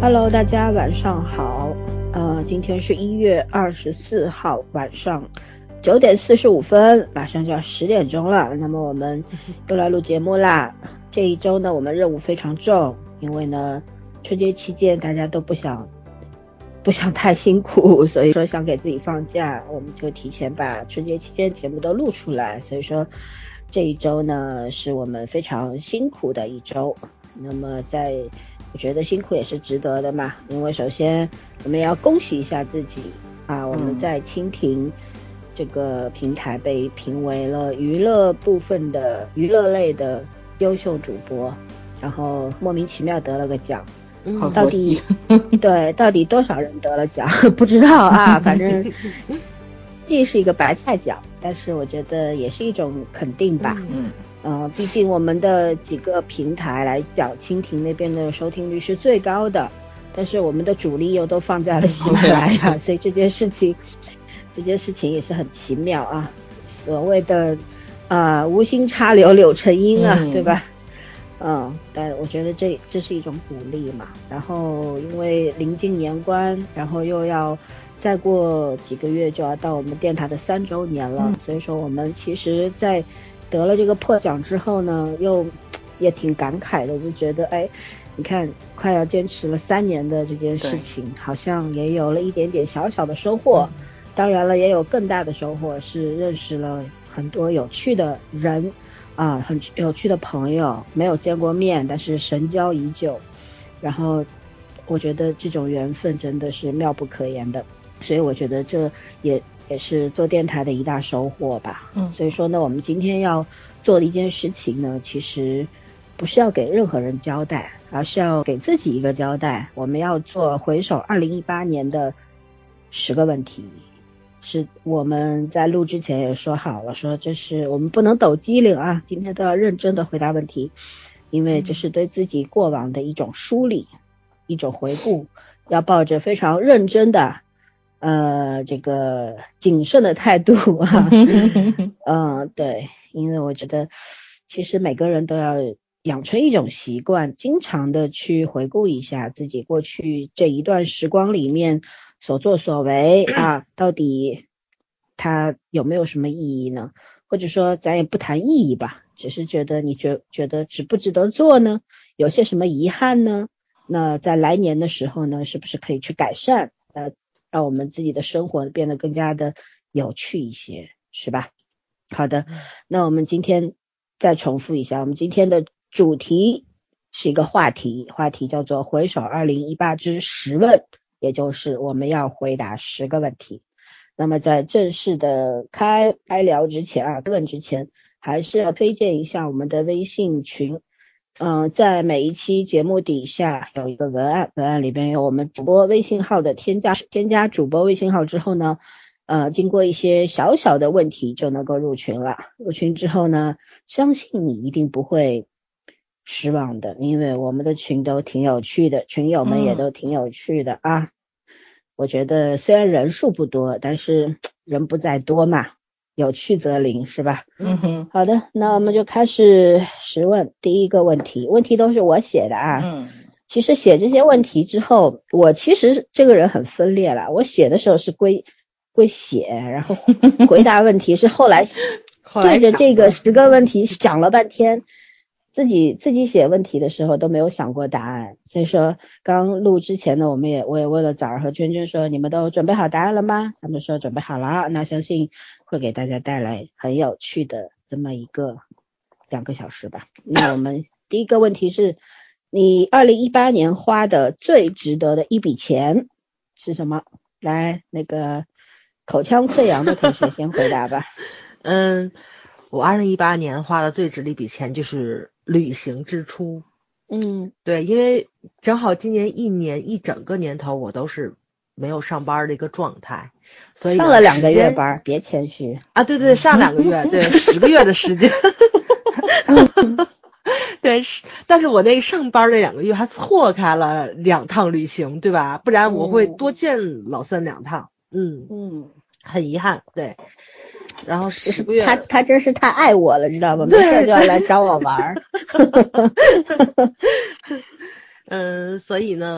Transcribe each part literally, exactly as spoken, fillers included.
Hello， 大家晚上好。呃，今天是一月二十四号晚上九点四十五分，马上就要十点钟了。那么我们又来录节目啦。这一周呢，我们任务非常重，因为呢，春节期间大家都不想不想太辛苦，所以说想给自己放假，我们就提前把春节期间节目都录出来。所以说这一周呢，是我们非常辛苦的一周。那么在我觉得辛苦也是值得的嘛，因为首先我们也要恭喜一下自己啊，我们在蜻蜓这个平台被评为了娱乐部分的娱乐类的优秀主播，然后莫名其妙得了个奖。 嗯， 到底对到底多少人得了奖不知道啊，反正这是一个白菜奖，但是我觉得也是一种肯定吧。 嗯呃，毕竟我们的几个平台来讲，蜻蜓那边的收听率是最高的，但是我们的主力又都放在了喜马拉雅，所以这件事情，这件事情也是很奇妙啊。所谓的啊、呃、无心插柳柳成荫啊，嗯、对吧？嗯，但我觉得这这是一种鼓励嘛。然后因为临近年关，然后又要再过几个月就要到我们电台的三周年了，嗯、所以说我们其实在得了这个破奖之后呢，又也挺感慨的，就觉得哎，你看快要坚持了三年的这件事情，好像也有了一点点小小的收获。嗯、当然了，也有更大的收获，是认识了很多有趣的人啊，很有趣的朋友，没有见过面，但是神交已久。然后我觉得这种缘分真的是妙不可言的，所以我觉得这也也是做电台的一大收获吧。嗯，所以说呢，我们今天要做的一件事情呢，其实不是要给任何人交代，而是要给自己一个交代。我们要做回首二零一八年的十个问题，是我们在录之前也说好了，说这是我们不能抖机灵啊，今天都要认真的回答问题，因为这是对自己过往的一种梳理，一种回顾，要抱着非常认真的呃，这个谨慎的态度啊，嗯，对，因为我觉得其实每个人都要养成一种习惯，经常的去回顾一下自己过去这一段时光里面所作所为啊，到底它有没有什么意义呢？或者说咱也不谈意义吧，只是觉得你觉觉得值不值得做呢？有些什么遗憾呢？那在来年的时候呢，是不是可以去改善？呃。让我们自己的生活变得更加的有趣一些，是吧？好的，那我们今天再重复一下，我们今天的主题是一个话题，话题叫做回首二零一八之十问，也就是我们要回答十个问题。那么在正式的开开聊之前啊，问之前，还是要推荐一下我们的微信群。嗯、呃，在每一期节目底下有一个文案，文案里边有我们主播微信号的添加，添加主播微信号之后呢，呃，经过一些小小的问题就能够入群了。入群之后呢，相信你一定不会失望的，因为我们的群都挺有趣的，群友们也都挺有趣的啊。嗯、我觉得虽然人数不多，但是人不在多嘛。有趣则灵，是吧？ 嗯哼， 好的，那我们就开始十问。第一个问题，问题都是我写的啊。 嗯， 其实写这些问题之后，我其实这个人很分裂了。我写的时候是归归写，然后回答问题是后来对着这个十个问题想了半天，自己自己写问题的时候都没有想过答案。所以说，刚录之前呢，我们也我也问了枣儿和娟娟说，你们都准备好答案了吗？他们说准备好了，那相信会给大家带来很有趣的这么一个两个小时吧。那我们第一个问题是，你二零一八年花的最值得的一笔钱是什么？来，那个口腔溃疡的同学先回答吧。 嗯，我二零一八年花的最值的一笔钱就是旅行支出。 嗯， 对，因为正好今年一年一整个年头我都是没有上班的一个状态，所以上了两个月班，别谦虚啊！对对，上两个月，对，十个月的时间。对，是，但是我那上班那两个月还错开了两趟旅行，对吧？不然我会多见老三两趟。嗯嗯，很遗憾，对。然后十个月， 他他真是太爱我了，知道吧？没事就要来找我玩。 嗯，所以呢，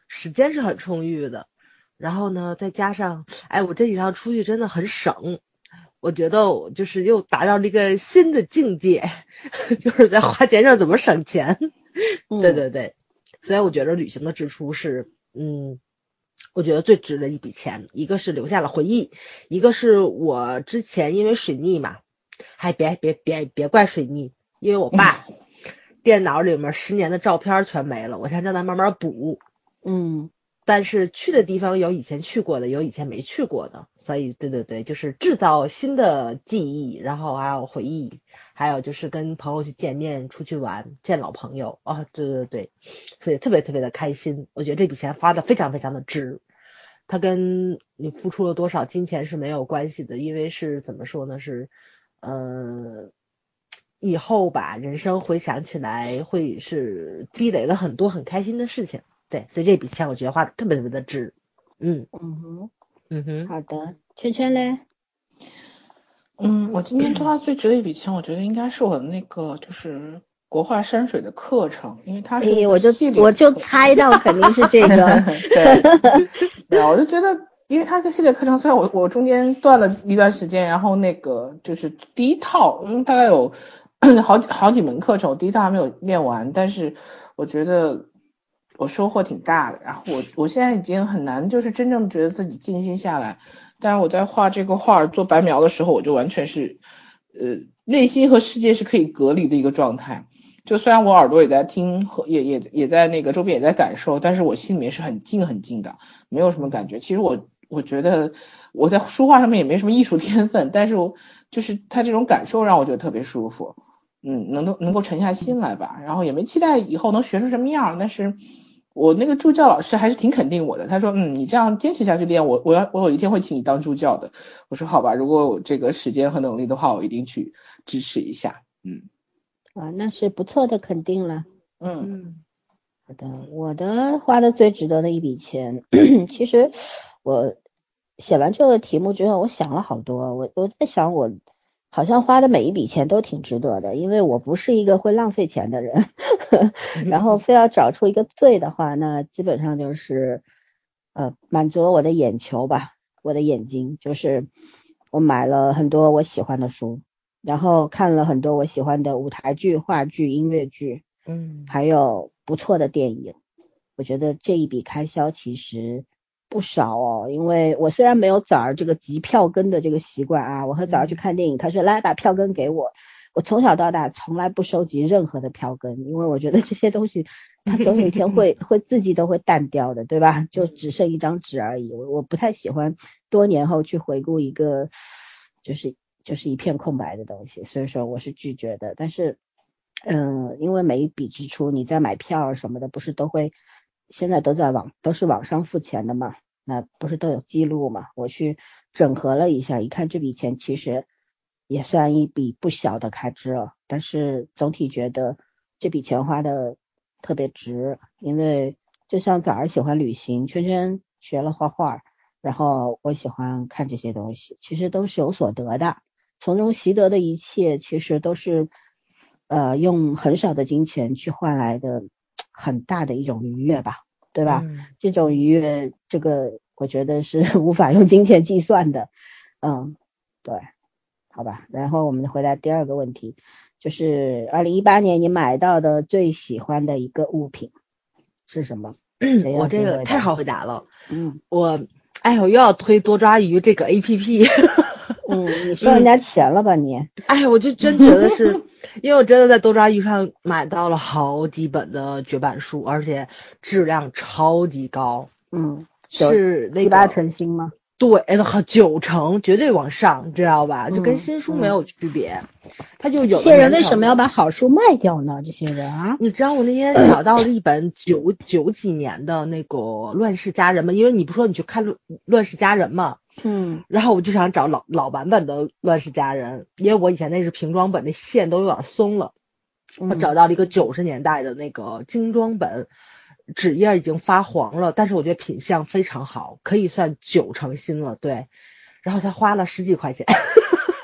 时间是很充裕的。然后呢，再加上，哎，我这几趟出去真的很省，我觉得我就是又达到了一个新的境界，就是在花钱上怎么省钱。嗯、对对对，所以我觉得旅行的支出是，嗯，我觉得最值的一笔钱。一个是留下了回忆，一个是我之前因为水逆嘛，还别别别别怪水逆，因为我爸电脑里面十年的照片全没了，我现在正在慢慢补。嗯。但是去的地方有以前去过的，有以前没去过的，所以对对对，就是制造新的记忆，然后还有回忆，还有就是跟朋友去见面、出去玩、见老朋友啊、哦，对对对，所以特别特别的开心。我觉得这笔钱花的非常非常的值，它跟你付出了多少金钱是没有关系的，因为是怎么说呢？是，呃，以后吧，人生回想起来会是积累了很多很开心的事情。对，所以这笔钱我觉得花的特别特别的值。嗯嗯哼， 嗯哼， 好的，圈圈嘞？ 嗯，我今天花最值的一笔钱，我觉得应该是我的那个就是国画山水的课程，因为它是一个系列、 哎、我就我就猜到肯定是这个。 对，对，我就觉得，因为它是个系列课程，虽然我我中间断了一段时间，然后那个就是第一套，因为大概有好几好几门课程，我第一套还没有练完，但是我觉得我收获挺大的。然后我我现在已经很难就是真正觉得自己静心下来，但是我在画这个画做白描的时候，我就完全是呃内心和世界是可以隔离的一个状态。就虽然我耳朵也在听和也也也在那个周边也在感受，但是我心里面是很静很静的，没有什么感觉。其实我我觉得我在书画上面也没什么艺术天分，但是我就是他这种感受让我觉得特别舒服。嗯，能够能够沉下心来吧，然后也没期待以后能学成什么样，但是我那个助教老师还是挺肯定我的，他说嗯，你这样坚持下去练，我我要我有一天会请你当助教的。我说好吧，如果有这个时间和能力的话，我一定去支持一下。嗯， 啊，那是不错的肯定了。 嗯， 好的，我的花的最值得的一笔钱，其实我写完这个题目之后，我想了好多，我我在想我。好像花的每一笔钱都挺值得的，因为我不是一个会浪费钱的人。然后非要找出一个最的话，那基本上就是呃满足了我的眼球吧，我的眼睛，就是我买了很多我喜欢的书，然后看了很多我喜欢的舞台剧、话剧、音乐剧， 嗯， 还有不错的电影。我觉得这一笔开销其实不少哦，因为我虽然没有早儿这个集票根的这个习惯啊，我和早儿去看电影，他说来把票根给我，我从小到大从来不收集任何的票根，因为我觉得这些东西它总有一天会会自己都会淡掉的，对吧？就只剩一张纸而已，我我不太喜欢多年后去回顾一个就是就是一片空白的东西，所以说我是拒绝的。但是嗯，因为每一笔支出你在买票什么的不是都会现在都在网都是网上付钱的嘛，那不是都有记录嘛，我去整合了一下，一看这笔钱其实也算一笔不小的开支了，但是总体觉得这笔钱花的特别值，因为就像早儿喜欢旅行，圈圈学了画画，然后我喜欢看这些东西，其实都是有所得的，从中习得的一切其实都是呃用很少的金钱去换来的很大的一种愉悦吧，对吧？嗯、这种愉悦，这个我觉得是无法用金钱计算的。嗯，对，好吧。然后我们回答第二个问题，就是二零一八年你买到的最喜欢的一个物品是什么？ 我这个太好回答了。 嗯， 我，哎，我又要推多抓鱼这个 A P P。 嗯，你收人家钱了吧你？ 哎，我就真觉得是。因为我真的在多抓鱼上买到了好几本的绝版书，而且质量超级高。 嗯， 是那个七八成新吗？ 对，好九成绝对往上，知道吧？就跟新书没有区别。嗯、他就有这些人为什么要把好书卖掉呢？这些人啊， 你知道我那天找到了一本九九几年的那个《乱世佳人》吗？因为你不说你去看《乱世佳人》吗？ 嗯， 然后我就想找老老版本的《乱世佳人》，因为我以前那是平装本，那线都有点松了。我找到了一个九十年代的那个精装本，纸页已经发黄了，但是我觉得品相非常好，可以算九成新了。对，然后他花了十几块钱，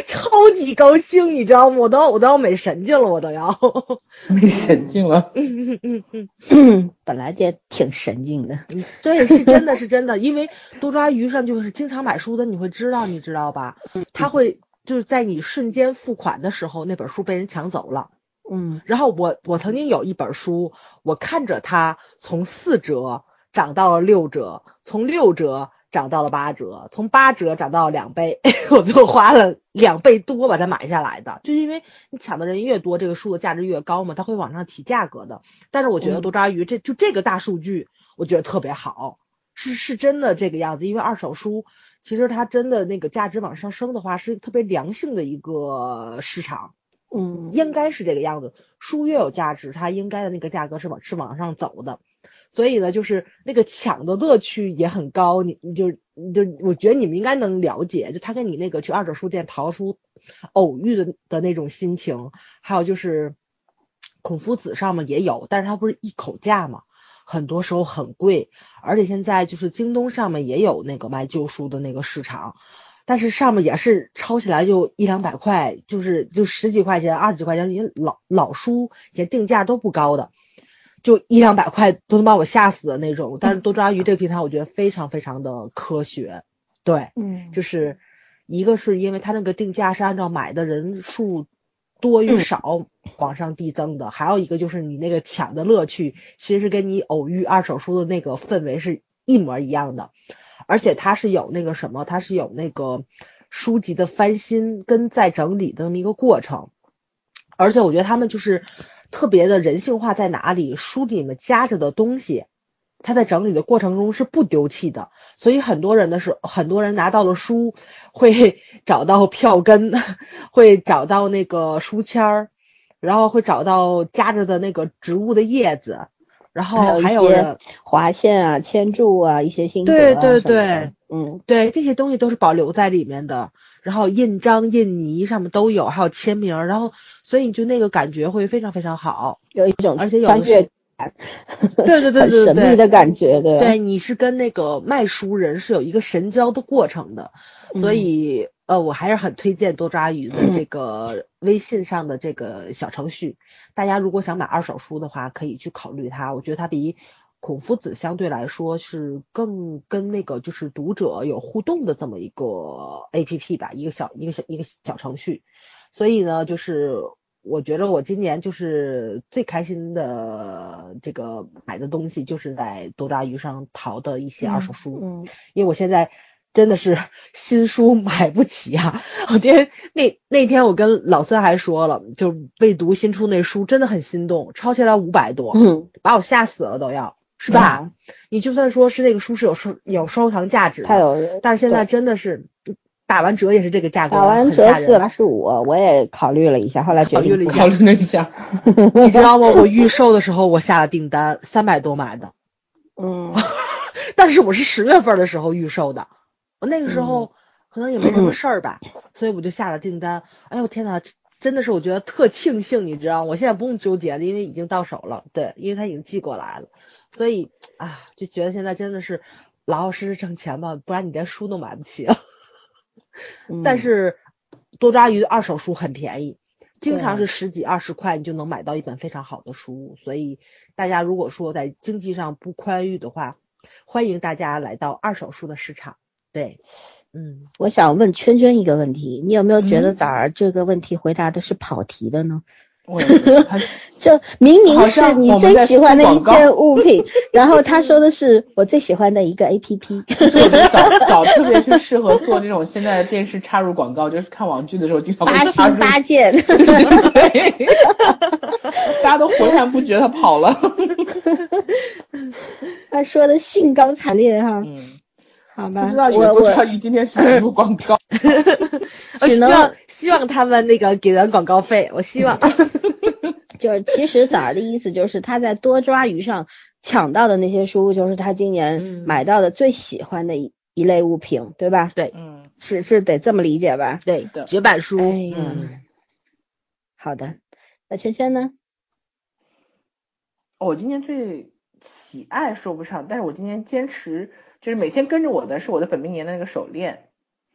超级高兴，你知道吗？我都我都要美神经了，我都要美神经了。 嗯嗯嗯嗯嗯，本来就挺神经的。 嗯，对，是真的是真的，因为多抓鱼上就是经常买书的，你会知道，你知道吧？他会就是在你瞬间付款的时候，那本书被人抢走了。 嗯， 然后我我曾经有一本书，我看着它从四折涨到了六折，从六折涨到了八折，从八折涨到了两倍，我就花了两倍多把它买下来的。就因为你抢的人越多，这个书的价值越高嘛，它会往上提价格的。但是我觉得多抓鱼这就这个大数据，我觉得特别好，是是真的这个样子。因为二手书其实它真的那个价值往上升的话，是特别良性的一个市场。 嗯， 应该是这个样子，书越有价值，它应该的那个价格是往是往上走的，所以呢，就是那个抢的乐趣也很高，你你就你就我觉得你们应该能了解，就他跟你那个去二手书店淘书偶遇的的那种心情，还有就是孔夫子上面也有，但是它不是一口价嘛，很多时候很贵，而且现在就是京东上面也有那个卖旧书的那个市场。但是上面也是抄起来就一两百块，就是就十几块钱、二十几块钱，因为老老书现在定价都不高的，就一两百块都能把我吓死的那种。但是多抓鱼这个平台，我觉得非常非常的科学，对， 嗯， 就是一个是因为它那个定价是按照买的人数多与少往上递增的，还有一个就是你那个抢的乐趣，其实是跟你偶遇二手书的那个氛围是一模一样的。而且它是有那个什么，它是有那个书籍的翻新跟再整理的那么一个过程，而且我觉得他们就是特别的人性化在哪里，书里面夹着的东西，它在整理的过程中是不丢弃的，所以很多人的是很多人拿到了书会找到票根，会找到那个书签儿，然后会找到夹着的那个植物的叶子。然后还有人划线啊、签注啊、一些心得啊，对对对， 嗯， 对，这些东西都是保留在里面的。然后印章、印泥上面都有，还有签名，然后所以你就那个感觉会非常非常好， 有一种而且有穿越感， 对对对对对， 很神秘的感觉，对对，你是跟那个卖书人是有一个神交的过程的，所以。嗯呃，我还是很推荐多抓鱼的这个微信上的这个小程序，大家如果想买二手书的话，可以去考虑它。我觉得它比孔夫子相对来说是更跟那个就是读者有互动的这么一个 A P P 吧，一个小一个小一个小程序。所以呢，就是我觉得我今年就是最开心的这个买的东西，就是在多抓鱼上淘的一些二手书， 嗯，嗯因为我现在。真的是新书买不起啊！我天，那那天我跟老三还说了，就未读新出那书真的很心动，抄起来五百多， 嗯， 把我吓死了都要，是吧？嗯、你就算说是那个书是有收有收藏价值的，但是现在真的是打完折也是这个价格， 打完折四八十五，我也考虑了一下，后来考虑了一下，考虑了一下， 你知道吗？我预售的时候我下了订单，三百多买的， 嗯， 但是我是十月份的时候预售的。我那个时候可能也没什么事儿吧、嗯，所以我就下了订单。哎呦天哪，真的是我觉得特庆幸，你知道，我现在不用纠结了，因为已经到手了。对，因为它已经寄过来了，所以啊，就觉得现在真的是老老实实挣钱吧，不然你连书都买不起了。 嗯、 但是多抓鱼的二手书很便宜，经常是十几二十块你就能买到一本非常好的书，所以大家如果说在经济上不宽裕的话，欢迎大家来到二手书的市场。对，嗯， 我想问圈圈一个问题，你有没有觉得早儿这个问题回答的是跑题的呢？ 我也觉得他这明明是你最喜欢的一件物品，然后他说的是我最喜欢的一个 A P P。 其实我觉得早早特别是适合做这种现在的电视插入广告，就是看网剧的时候经常会插入。 八心八箭。 对，大家都回弹不觉他跑了。 他说的兴高采烈哈。 嗯。 好吧， 不知道有多少鱼今天是录广告， 我希望希望他们那个给咱广告费，我希望。 就是其实早儿的意思就是他在多抓鱼上抢到的那些书，就是他今年买到的最喜欢的一一类物品，对吧？ 对， 嗯， 是是得这么理解吧？ 对的，绝版书。 哎呀， 嗯， 好的，那圈圈呢？ 我今年最喜爱说不上，但是我今年坚持。就是每天跟着我的是我的本命年的那个手链，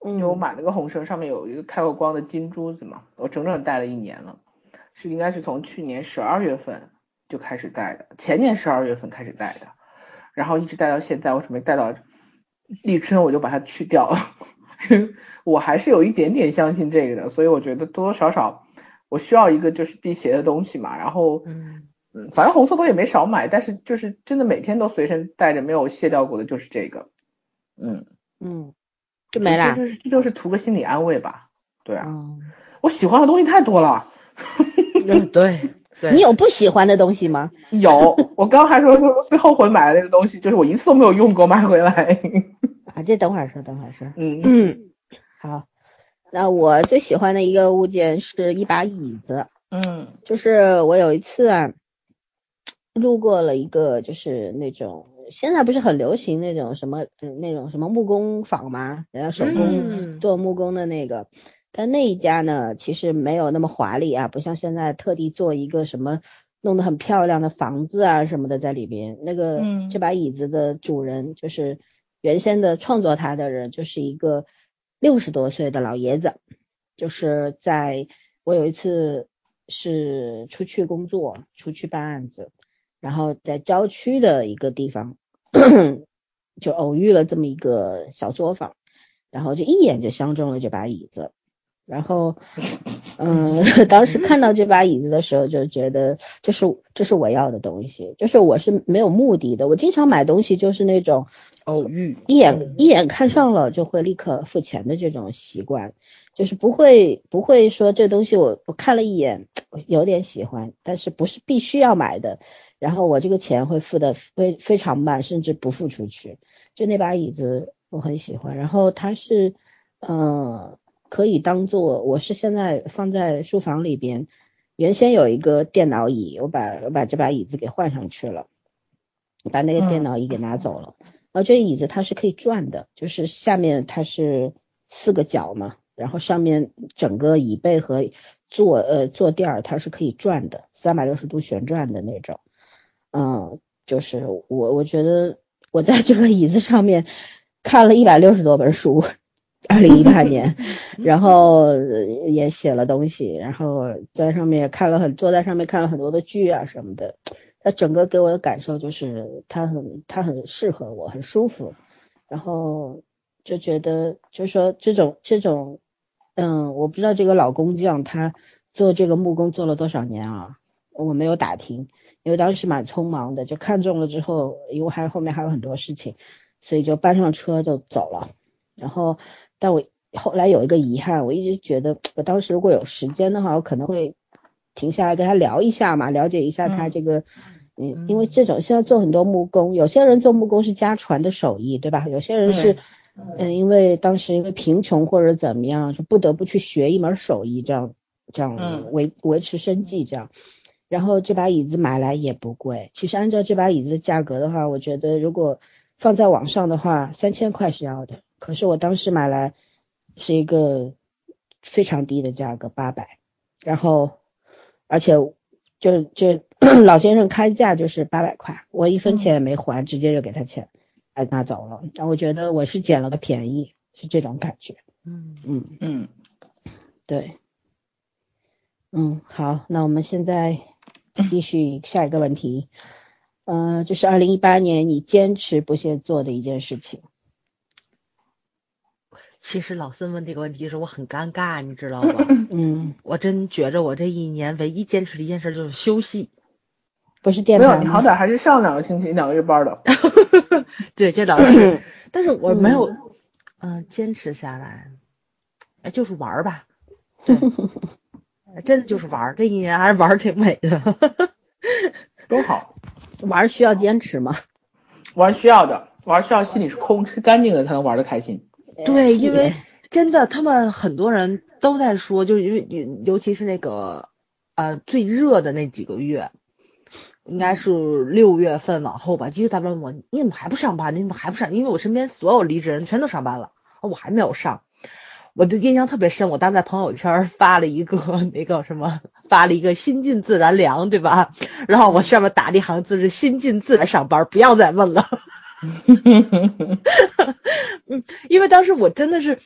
因为我买了个红绳，上面有一个开过光的金珠子嘛，我整整戴了一年了，是应该是从去年十二月份就开始戴的，前年十二月份开始戴的，然后一直戴到现在，我准备戴到立春我就把它去掉了。我还是有一点点相信这个的，所以我觉得多多少少我需要一个就是辟邪的东西嘛，然后嗯嗯，反正红色我也没少买，但是就是真的每天都随身带着没有卸掉过的就是这个。嗯嗯，就没了， 这就是这就是图个心理安慰吧。对啊， 嗯、 我喜欢的东西太多了。 对对， 你有不喜欢的东西吗？ 有，我刚还说最后悔买的那个东西，就是我一次都没有用过，买回来。 啊，这等会儿说，等会儿说。 嗯嗯，好，那我最喜欢的一个物件是一把椅子。 嗯， 就是我有一次啊，路过了一个就是那种现在不是很流行那种什么嗯那种什么木工坊嘛，人家手工做木工的那个。嗯，但那一家呢，其实没有那么华丽啊，不像现在特地做一个什么弄得很漂亮的房子啊什么的在里边。那个、嗯、这把椅子的主人就是原先的创作它的人，就是一个六十多岁的老爷子，就是在我有一次是出去工作，出去办案子，然后在郊区的一个地方就偶遇了这么一个小作坊，然后就一眼就相中了这把椅子。然后嗯，当时看到这把椅子的时候就觉得这是这是我要的东西，就是我是没有目的的，我经常买东西就是那种偶遇一眼一眼看上了就会立刻付钱的这种习惯，就是不会不会说这东西我我看了一眼有点喜欢，但是不是必须要买的，然后我这个钱会付的非非常慢，甚至不付出去。就那把椅子我很喜欢，然后它是嗯。呃可以当做，我是现在放在书房里边，原先有一个电脑椅，我把我把这把椅子给换上去了，把那个电脑椅给拿走了。嗯、然后这个椅子它是可以转的，就是下面它是四个角嘛，然后上面整个椅背和坐呃坐垫它是可以转的，三百六十度旋转的那种。嗯，就是我我觉得我在这个椅子上面看了一百六十多本书。二零一八年，然后也写了东西，然后在上面看了很坐在上面看了很多的剧啊什么的。它整个给我的感受就是它很它很适合我，很舒服。然后就觉得就是说这种这种嗯，我不知道这个老工匠他做这个木工做了多少年啊，我没有打听，因为当时蛮匆忙的，就看中了之后，因为还后面还有很多事情，所以就搬上车就走了。然后但我后来有一个遗憾，我一直觉得我当时如果有时间的话，我可能会停下来跟他聊一下嘛，了解一下他这个嗯, 嗯因为这种现在做很多木工，有些人做木工是家传的手艺，对吧？有些人是嗯、呃，因为当时因为贫穷或者怎么样，就不得不去学一门手艺，这样这样维维持生计这样。然后这把椅子买来也不贵，其实按照这把椅子的价格的话，我觉得如果放在网上的话，三千块是要的。可是我当时买来是一个非常低的价格，八百，然后而且就就老先生开价就是八百块，我一分钱也没还，嗯、直接就给他钱，哎拿走了。然后我觉得我是捡了个便宜，是这种感觉。 嗯嗯嗯， 对，嗯，好，那我们现在继续下一个问题，呃，就是二零一八年你坚持不懈做的一件事情。 其实老孙问这个问题的时候我很尴尬，你知道吧？ 嗯， 我真觉着我这一年唯一坚持的一件事就是休息， 不是电台吗？ 没有，你好歹还是上两个星期两个月班的。 对，这倒是，但是我没有嗯、呃、坚持下来，哎，就是玩吧，对，真的就是玩，这一年还是玩挺美的， 都好。 玩需要坚持吗？ 玩需要的，玩需要心里是空是干净的才能玩得开心。 对，因为真的他们很多人都在说，就是因为尤其是那个呃最热的那几个月，应该是六月份往后吧，就他们问我你怎么还不上班，你怎么还不上？因为我身边所有离职人全都上班了，我还没有上。我的印象特别深，我当时在朋友圈发了一个那个什么，发了一个心静自然凉，对吧？然后我上面打了一行字是心静自然上班，不要再问了。嗯，因为当时我真的是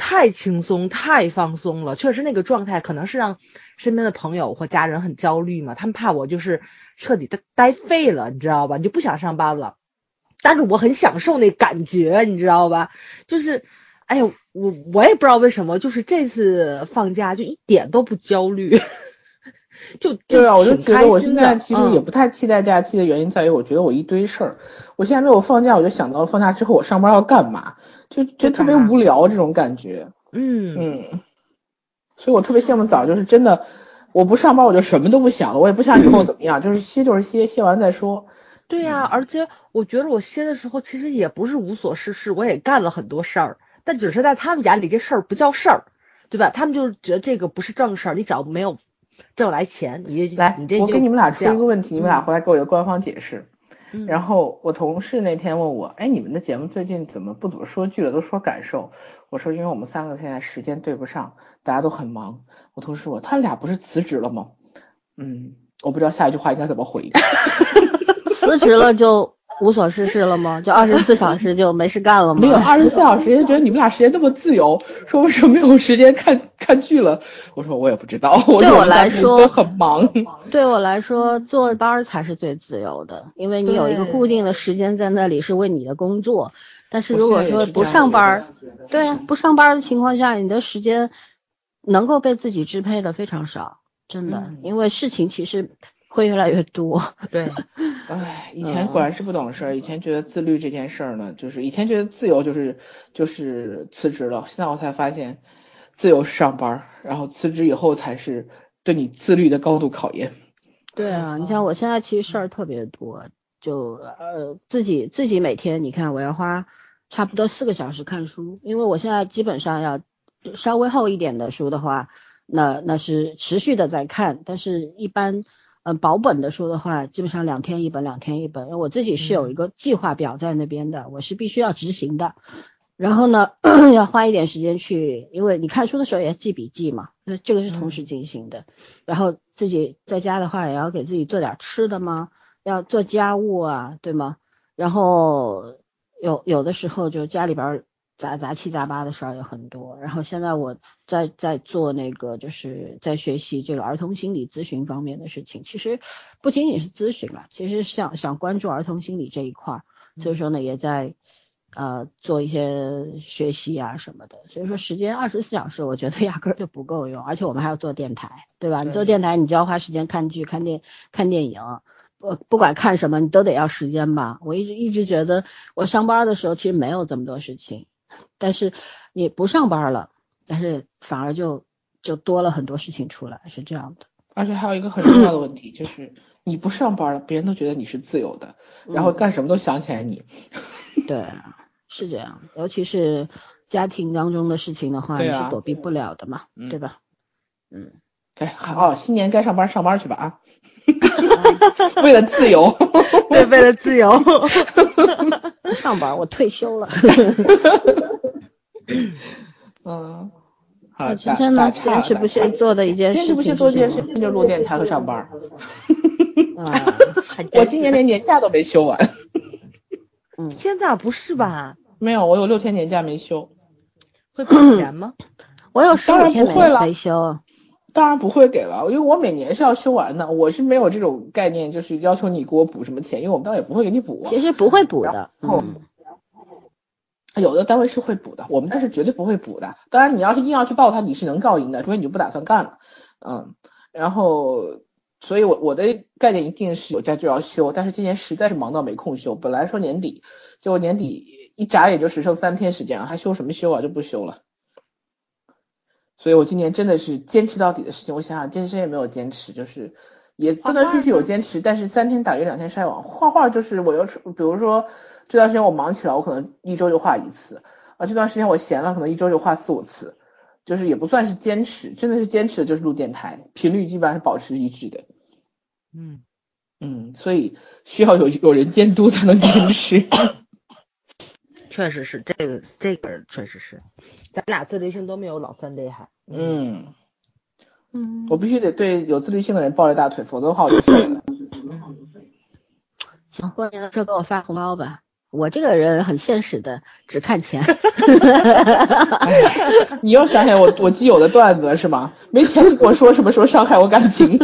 太轻松太放松了，确实那个状态可能是让身边的朋友或家人很焦虑嘛，他们怕我就是彻底的呆废了，你知道吧，你就不想上班了，但是我很享受那感觉，你知道吧，就是哎呦我我也不知道为什么，就是这次放假就一点都不焦虑就对啊，我就觉得我现在其实也不太期待假期的原因在于，我觉得我一堆事儿，我现在没有放假，我就想到放假之后我上班要干嘛，就就特别无聊这种感觉。 嗯嗯，所以我特别羡慕早，就是真的，我不上班我就什么都不想了，我也不想以后怎么样，就是歇就是歇，歇完再说。 对呀、啊，而且我觉得我歇的时候其实也不是无所事事，我也干了很多事儿，但只是在他们眼里这事儿不叫事儿，对吧？他们就觉得这个不是正事儿，你只要没有挣来钱，你来， 你这我给你们俩出一个问题， 嗯、 你们俩回来给我一个官方解释。 嗯、 然后我同事那天问我，哎，你们的节目最近怎么不怎么说剧了，都说感受。我说因为我们三个现在时间对不上，大家都很忙。我同事说他俩不是辞职了吗？嗯，我不知道下一句话应该怎么回。 辞职了就无所事事了吗？就二十四小时就没事干了吗？ 没有二十四小时，就觉得你们俩时间那么自由，说为什么没有时间看看剧了？我说我也不知道，我对我来说很忙。 对我来说，坐班才是最自由的，因为你有一个固定的时间在那里是为你的工作。但是如果说不上班，对啊，不上班的情况下，你的时间能够被自己支配的非常少，真的，嗯、因为事情其实会越来越多。 对， 哎，以前果然是不懂事儿，以前觉得自律这件事儿呢，就是以前觉得自由就是就是辞职了，现在我才发现，自由是上班，然后辞职以后才是对你自律的高度考验。 对啊，你像我现在其实事儿特别多，就呃自己自己每天你看我要花差不多四个小时看书，因为我现在基本上要稍微厚一点的书的话，那那是持续的在看，但是一般呃薄本的书的话，基本上两天一本，两天一本。我自己是有一个计划表在那边的，我是必须要执行的。然后呢，要花一点时间去，因为你看书的时候也要记笔记嘛，那这个是同时进行的。嗯、然后自己在家的话，也要给自己做点吃的嘛，要做家务啊，对吗？然后有有的时候就家里边杂杂七杂八的事儿也很多。然后现在我在在做那个，就是在学习这个儿童心理咨询方面的事情。其实不仅仅是咨询了，其实想想关注儿童心理这一块，所以说呢，也在。呃，做一些学习啊什么的，所以说时间二十四小时，我觉得压根儿就不够用，而且我们还要做电台，对吧？你做电台，你就要花时间看剧、看电、看电影，不不管看什么，你都得要时间吧。我一直一直觉得，我上班的时候其实没有这么多事情，但是你不上班了，但是反而就就多了很多事情出来，是这样的。 而且还有一个很重要的问题，就是你不上班了，别人都觉得你是自由的，然后干什么都想起来你。 嗯、对。是这样，尤其是家庭当中的事情的话， 对啊、 你是躲避不了的嘛， 嗯、 对吧？嗯， 哎，好，新年该上班上班去吧啊！为了自由， 对，为了自由， 不上班我退休了。 嗯，好， 今天呢，坚持不懈做的一件事情， 坚持不懈做一件事情就录电台和上班。 啊， 我今年连年假都没休完。 嗯，现在不是吧？ 没有，我有六天年假没休。 会给钱吗？ 我有十五天没没休。 当然不会给了，因为我每年是要休完的，我是没有这种概念，就是要求你给我补什么钱，因为我们单位也不会给你补。 其实不会补的。 嗯。有的单位是会补的，我们但是绝对不会补的。当然，你要是硬要去告他，你是能告赢的，除非你就不打算干了。嗯，然后。所以我我的概念一定是有假就要休，但是今年实在是忙到没空休。本来说年底，结果年底一眨眼就只剩三天时间了，还休什么休啊？就不休了。所以我今年真的是坚持到底的事情。我想想，健身也没有坚持，就是也断断续续有坚持，但是三天打鱼两天晒网。画画就是我要，比如说这段时间我忙起来，我可能一周就画一次啊；这段时间我闲了，可能一周就画四五次。就是也不算是坚持，真的是坚持的就是录电台，频率基本上是保持一致的。 嗯嗯，所以需要有有人监督才能坚持。 确实是，这个这个确实是，咱俩自律性都没有老三厉害。 嗯嗯， 我必须得对有自律性的人抱着大腿，否则的话我就废了。 行，过年的时候给我发红包吧。 我这个人很现实的，只看钱。 哎，你又想起我我基友的段子了是吗？没钱你跟我说什么时候伤害我感情？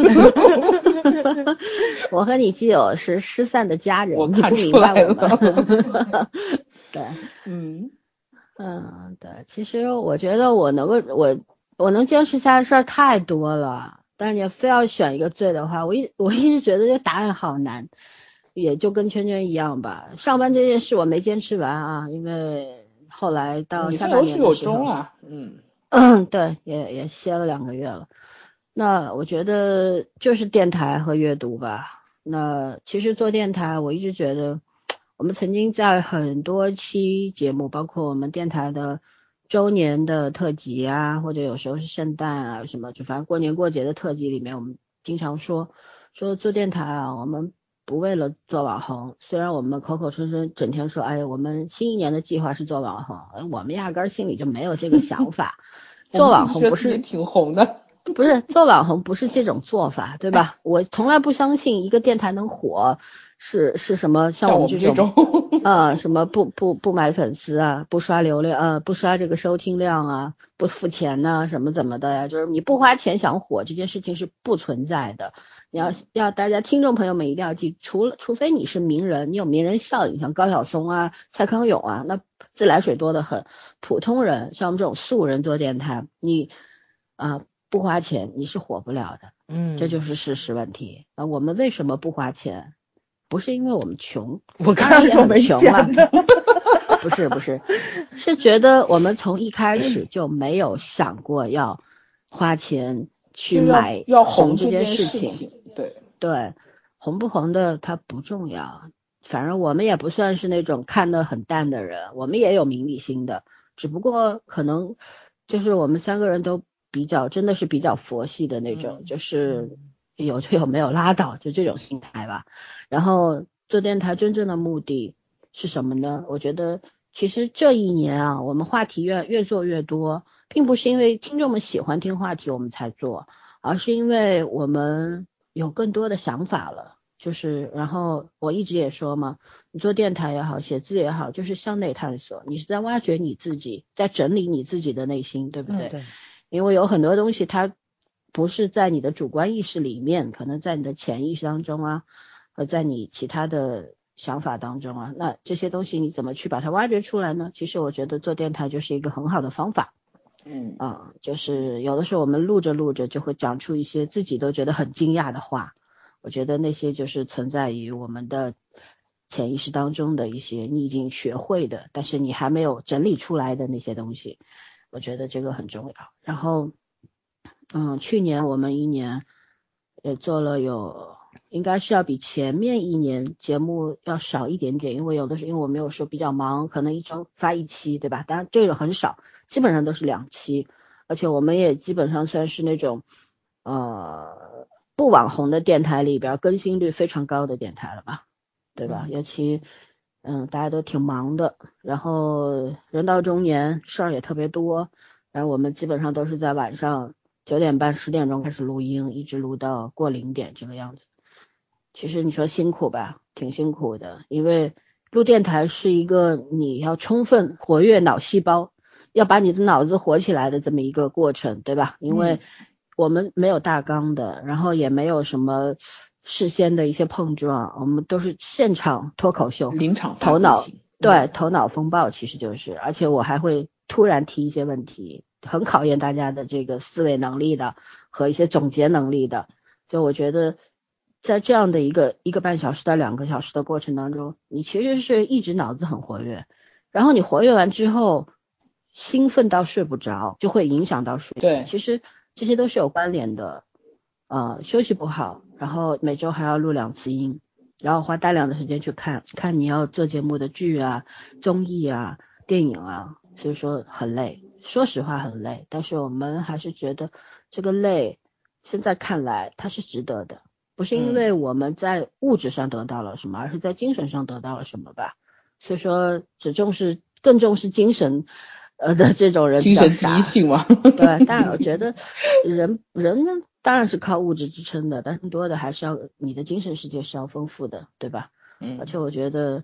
我和你基友是失散的家人， 我看出来了。 对， 嗯嗯，对，其实我觉得我能够我我能坚持下的事儿太多了，但是你非要选一个最的话，我一我一直觉得这个答案好难。也就跟圈圈一样吧，上班这件事我没坚持完啊，因为后来到下半年的时候， 有始有终啊，嗯嗯，对，也也歇了两个月了。那我觉得就是电台和阅读吧。那其实做电台，我一直觉得，我们曾经在很多期节目，包括我们电台的周年的特辑啊，或者有时候是圣诞啊什么，就反正过年过节的特辑里面，我们经常说说做电台啊，我们不为了做网红，虽然我们口口声声整天说，哎，我们新一年的计划是做网红，我们压根儿心里就没有这个想法。做网红不是挺红的， 不是做网红不是这种做法，对吧？我从来不相信一个电台能火是是什么像我们这种啊、呃、什么不不不买粉丝啊，不刷流量呃不刷这个收听量啊，不付钱呐、啊、什么怎么的呀？就是你不花钱想火这件事情是不存在的。你要要大家听众朋友们一定要记，除了除非你是名人，你有名人效应，像高晓松啊、蔡康永啊，那自来水多得很。普通人像我们这种素人做电台，你啊、呃、不花钱你是火不了的， 嗯， 这就是事实问题。啊，我们为什么不花钱？不是因为我们穷， 我刚刚说没穷了，不是不是，是觉得我们从一开始就没有想过要花钱去买要红这件事情，对对，红不红的它不重要，反正我们也不算是那种看得很淡的人，我们也有名利心的，只不过可能就是我们三个人都比较真的是比较佛系的那种， 嗯、 就是有就有没有拉倒，就这种心态吧。然后做电台真正的目的是什么呢？我觉得其实这一年啊，我们话题越越做越多，并不是因为听众们喜欢听话题我们才做，而是因为我们有更多的想法了。就是然后我一直也说嘛，你做电台也好，写字也好，就是向内探索，你是在挖掘你自己，在整理你自己的内心，对不对？ 嗯、对， 因为有很多东西它不是在你的主观意识里面，可能在你的潜意识当中啊，和在你其他的想法当中啊，那这些东西你怎么去把它挖掘出来呢？其实我觉得做电台就是一个很好的方法。 嗯啊，就是有的时候我们录着录着就会讲出一些自己都觉得很惊讶的话，我觉得那些就是存在于我们的潜意识当中的一些你已经学会的，但是你还没有整理出来的那些东西，我觉得这个很重要。然后嗯，去年我们一年也做了有，应该是要比前面一年节目要少一点点，因为有的是因为我们有时候比较忙，可能一周发一期，对吧？当然这个很少，基本上都是两期，而且我们也基本上算是那种呃不网红的电台里边更新率非常高的电台了吧，对吧？ 嗯、 尤其嗯大家都挺忙的，然后人到中年事儿也特别多，然后我们基本上都是在晚上九点半十点钟开始录音，一直录到过零点这个样子。其实你说辛苦吧，挺辛苦的，因为录电台是一个你要充分活跃脑细胞，要把你的脑子活起来的这么一个过程，对吧？因为我们没有大纲的，然后也没有什么事先的一些碰撞，我们都是现场脱口秀， 临场头脑对、 嗯、 头脑风暴其实就是，而且我还会突然提一些问题，很考验大家的这个思维能力的和一些总结能力的。就我觉得在这样的一个一个半小时到两个小时的过程当中，你其实是一直脑子很活跃，然后你活跃完之后兴奋到睡不着，就会影响到睡。 对， 其实这些都是有关联的。呃，休息不好，然后每周还要录两次音，然后花大量的时间去看看你要做节目的剧啊、综艺啊、电影啊，所以说很累，说实话很累，但是我们还是觉得这个累现在看来它是值得的，不是因为我们在物质上得到了什么，而是在精神上得到了什么吧。所以说只重视更重视精神呃的这种人比较精神第一性嘛。 对，当然我觉得人人呢当然是靠物质支撑的，但更多的还是要你的精神世界是要丰富的，对吧？ 嗯， 而且我觉得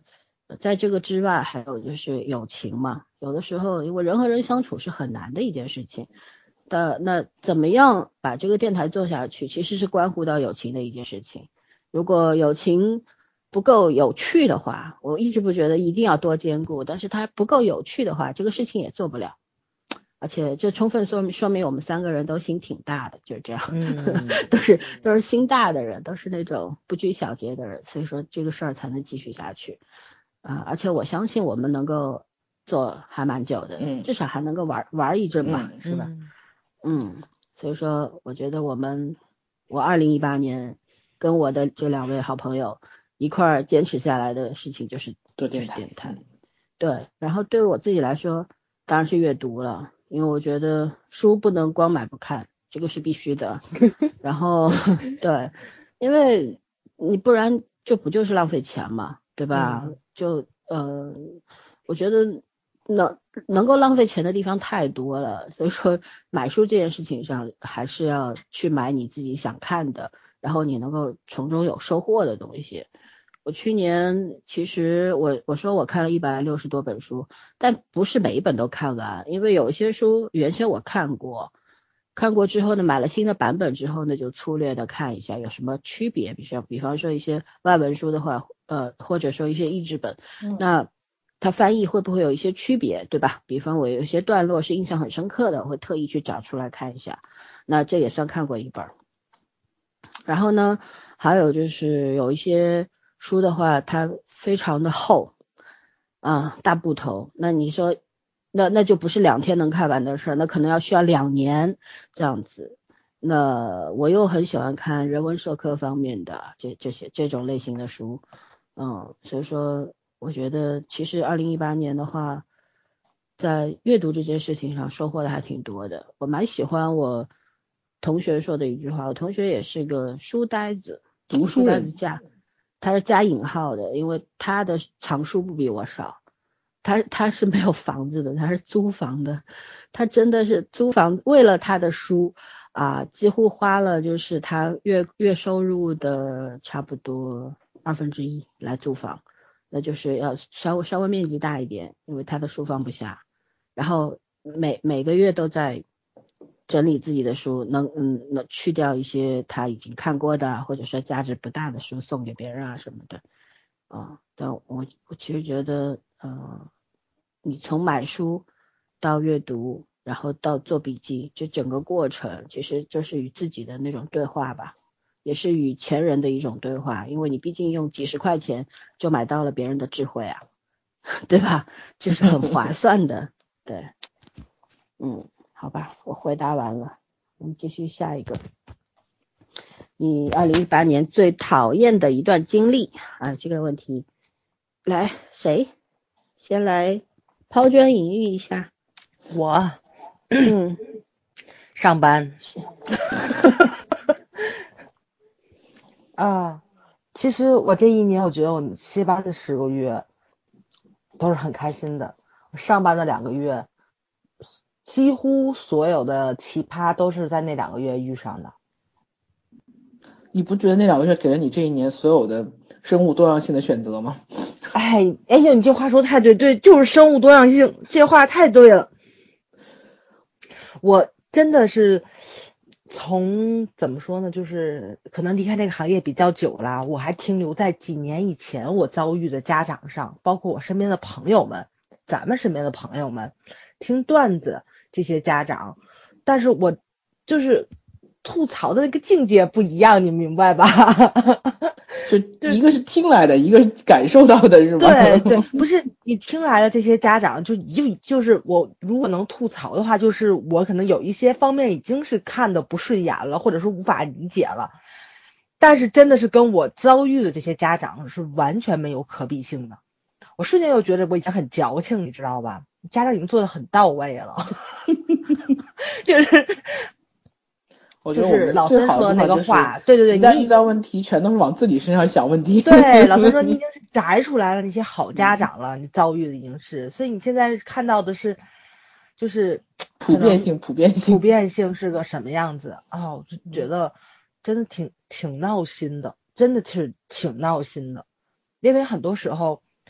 在这个之外还有就是友情嘛，有的时候因为人和人相处是很难的一件事情，的那怎么样把这个电台做下去，其实是关乎到友情的一件事情。如果友情不够有趣的话，我一直不觉得一定要多兼顾，但是它不够有趣的话，这个事情也做不了。而且这充分说明说明我们三个人都心挺大的，就是这样，嗯、都是都是心大的人，都是那种不拘小节的人，所以说这个事儿才能继续下去啊、呃！而且我相信我们能够做还蛮久的，嗯，至少还能够玩玩一阵吧，嗯、是吧？嗯，所以说我觉得我们我二零一八年跟我的这两位好朋友一块儿坚持下来的事情就是做电台， 就是电台，对，然后对于我自己来说当然是阅读了。因为我觉得书不能光买不看，这个是必须的。然后对，因为你不然就不就是浪费钱嘛，对吧？嗯、就呃，我觉得能能够浪费钱的地方太多了，所以说买书这件事情上还是要去买你自己想看的，然后你能够从中有收获的东西。我去年其实我我说我看了一百六十多本书，但不是每一本都看完，因为有些书原先我看过，看过之后呢，买了新的版本之后呢，就粗略的看一下有什么区别，比如比方说一些外文书的话，呃，或者说一些译制本，嗯、那它翻译会不会有一些区别，对吧？比方我有一些段落是印象很深刻的，我会特意去找出来看一下，那这也算看过一本。然后呢，还有就是有一些书的话，它非常的厚啊，大部头。那你说，那那就不是两天能看完的事儿，那可能要需要两年这样子。那我又很喜欢看人文社科方面的这这些这种类型的书，嗯，所以说我觉得其实二零一八年的话，在阅读这件事情上收获的还挺多的。我蛮喜欢我同学说的一句话，我同学也是个书呆子， 读书人加，他是加引号的，因为他的藏书不比我少，他他是没有房子的，他是租房的，他真的是租房，为了他的书啊，几乎花了就是他月月收入的差不多二分之一来租房，那就是要稍微稍微面积大一点，因为他的书放不下，然后每每个月都在整理自己的书，能嗯能去掉一些他已经看过的或者说价值不大的书送给别人啊什么的啊。但我我其实觉得呃你从买书到阅读然后到做笔记，这整个过程其实就是与自己的那种对话吧，也是与前人的一种对话，因为你毕竟用几十块钱就买到了别人的智慧啊，对吧？这是很划算的。对，嗯，好吧，我回答完了，我们继续下一个。你二零一八年最讨厌的一段经历啊，这个问题，来谁先来抛砖引玉一下？ 我，嗯，上班。啊，其实我这一年，我觉得我歇班的十个月都是很开心的。上班的两个月，几乎所有的奇葩都是在那两个月遇上的。 你不觉得那两个月给了你这一年所有的生物多样性的选择吗？ 哎，哎呀，你这话说太对，对，就是生物多样性，这话太对了。我真的是从怎么说呢，就是可能离开这个行业比较久了，我还停留在几年以前我遭遇的家长上，包括我身边的朋友们，咱们身边的朋友们听段子这些家长，但是我就是吐槽的那个境界不一样，你明白吧？ 就一个是听来的，一个是感受到的，是吧？ 对对，不是你听来的这些家长，就就就是我如果能吐槽的话，就是我可能有一些方面已经是看的不顺眼了，或者说无法理解了，但是真的是跟我遭遇的这些家长是完全没有可比性的。我瞬间又觉得我以前很矫情，你知道吧？家长已经做的很到位了，就是。 我觉得我们最好的那个话，对对对， 一旦遇到问题，全都是往自己身上想问题。 对，老三说你已经是摘出来了那些好家长了，你遭遇的已经是，所以你现在看到的是，就是普遍性，普遍性， 普遍性是个什么样子啊？我就觉得真的挺挺闹心的，真的是挺闹心的，因为很多时候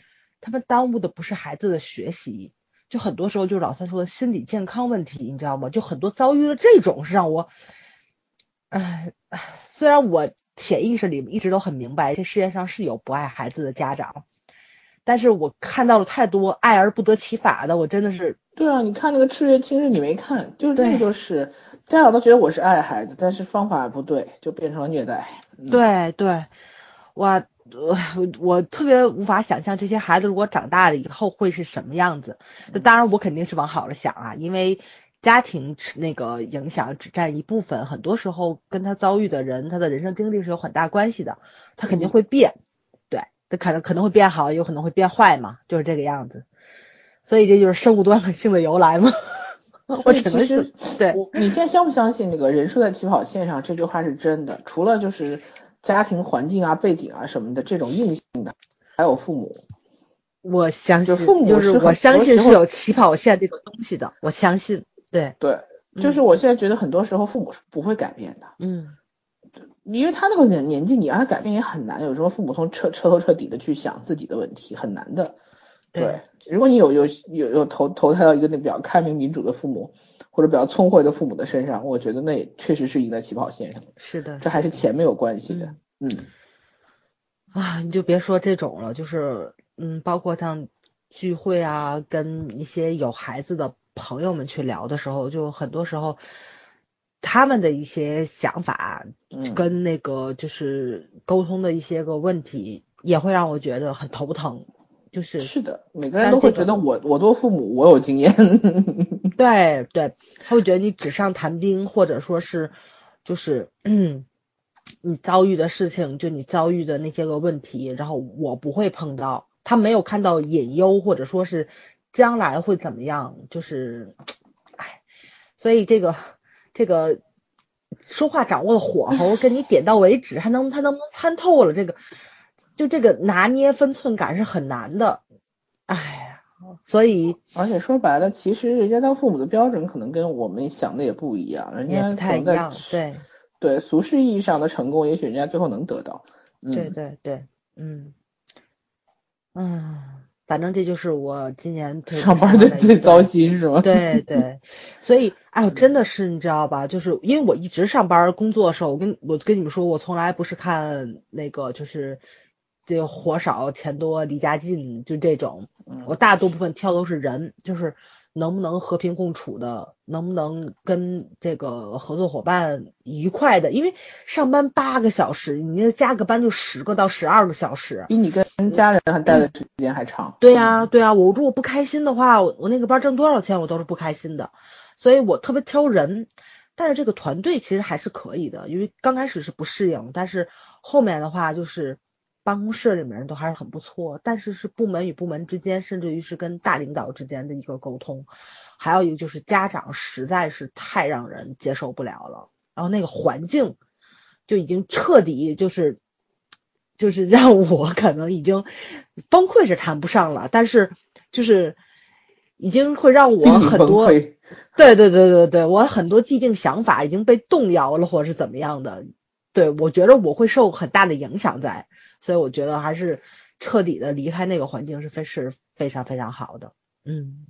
他们耽误的不是孩子的学习，就很多时候就是老三说的心理健康问题，你知道吗？就很多遭遇了这种是让我，唉，虽然我潜意识里一直都很明白这世界上是有不爱孩子的家长，但是我看到了太多爱而不得其法的，我真的是。 对啊，你看那个赤月听日你没看，就是那个就是家长都觉得我是爱孩子，但是方法不对，就变成了虐待。 嗯、对对，我我我特别无法想象这些孩子如果长大了以后会是什么样子。那当然我肯定是往好了想啊，因为家庭那个影响只占一部分，很多时候跟他遭遇的人他的人生经历是有很大关系的，他肯定会变。嗯、对，他可能可能会变好，有可能会变坏嘛，就是这个样子。所以这就是生物多样性的由来吗？我只能是对。 你现在相不相信那个人输在起跑线上这句话是真的？除了就是家庭环境啊、背景啊什么的这种硬性的，还有父母。 我相信， 就父母就是我相信是有起跑线这个东西的，我相信。对对，就是我现在觉得很多时候父母是不会改变的。 嗯。 因为他那个年年纪，你让他改变也很难。有时候父母从彻彻头彻底的去想自己的问题，很难的。对，如果你有有有有投投胎到一个那比较开明民主的父母，或者比较聪慧的父母的身上，我觉得那也确实是赢在起跑线上。 是的， 这还是钱没有关系的。嗯。 嗯啊，你就别说这种了，就是嗯，包括像聚会啊，跟一些有孩子的朋友们去聊的时候，就很多时候他们的一些想法跟那个就是沟通的一些个问题，也会让我觉得很头疼。就是是的，每个人都会觉得我、这个、我做父母我有经验。 对对，他会觉得你纸上谈兵，或者说是就是嗯，你遭遇的事情，就你遭遇的那些个问题，然后我不会碰到，他没有看到隐忧，或者说是将来会怎么样，就是哎，所以这个这个说话掌握的火候跟你点到为止，还能他能不能参透了这个。就这个拿捏分寸感是很难的，哎呀，所以而且说白了，其实人家当父母的标准可能跟我们想的也不一样，人家不太一样，对对，俗世意义上的成功，也许人家最后能得到。嗯、 对对对，嗯嗯，反正这就是我今年上班的最糟心是吗？ 对对，所以哎呦，真的是你知道吧？就是因为我一直上班工作的时候，我跟我跟你们说，我从来不是看那个就是。这个活少钱多离家近，就这种，我大多部分挑都是人，就是能不能和平共处的，能不能跟这个合作伙伴愉快的，因为上班八个小时，你加个班就十个到十二个小时， 比你跟家人还待的时间还长。 对呀、啊、对呀、啊，我如果不开心的话，我我那个班挣多少钱我都是不开心的，所以我特别挑人。但是这个团队其实还是可以的，因为刚开始是不适应，但是后面的话就是办公室里面人都还是很不错，但是是部门与部门之间，甚至于是跟大领导之间的一个沟通，还有一个就是家长实在是太让人接受不了了，然后那个环境就已经彻底就是就是让我可能已经崩溃是谈不上了，但是就是已经会让我很多对对对对对，我很多既定想法已经被动摇了，或者是怎么样的，对，我觉得我会受很大的影响在。所以我觉得还是彻底的离开那个环境是非是非常非常好的。嗯，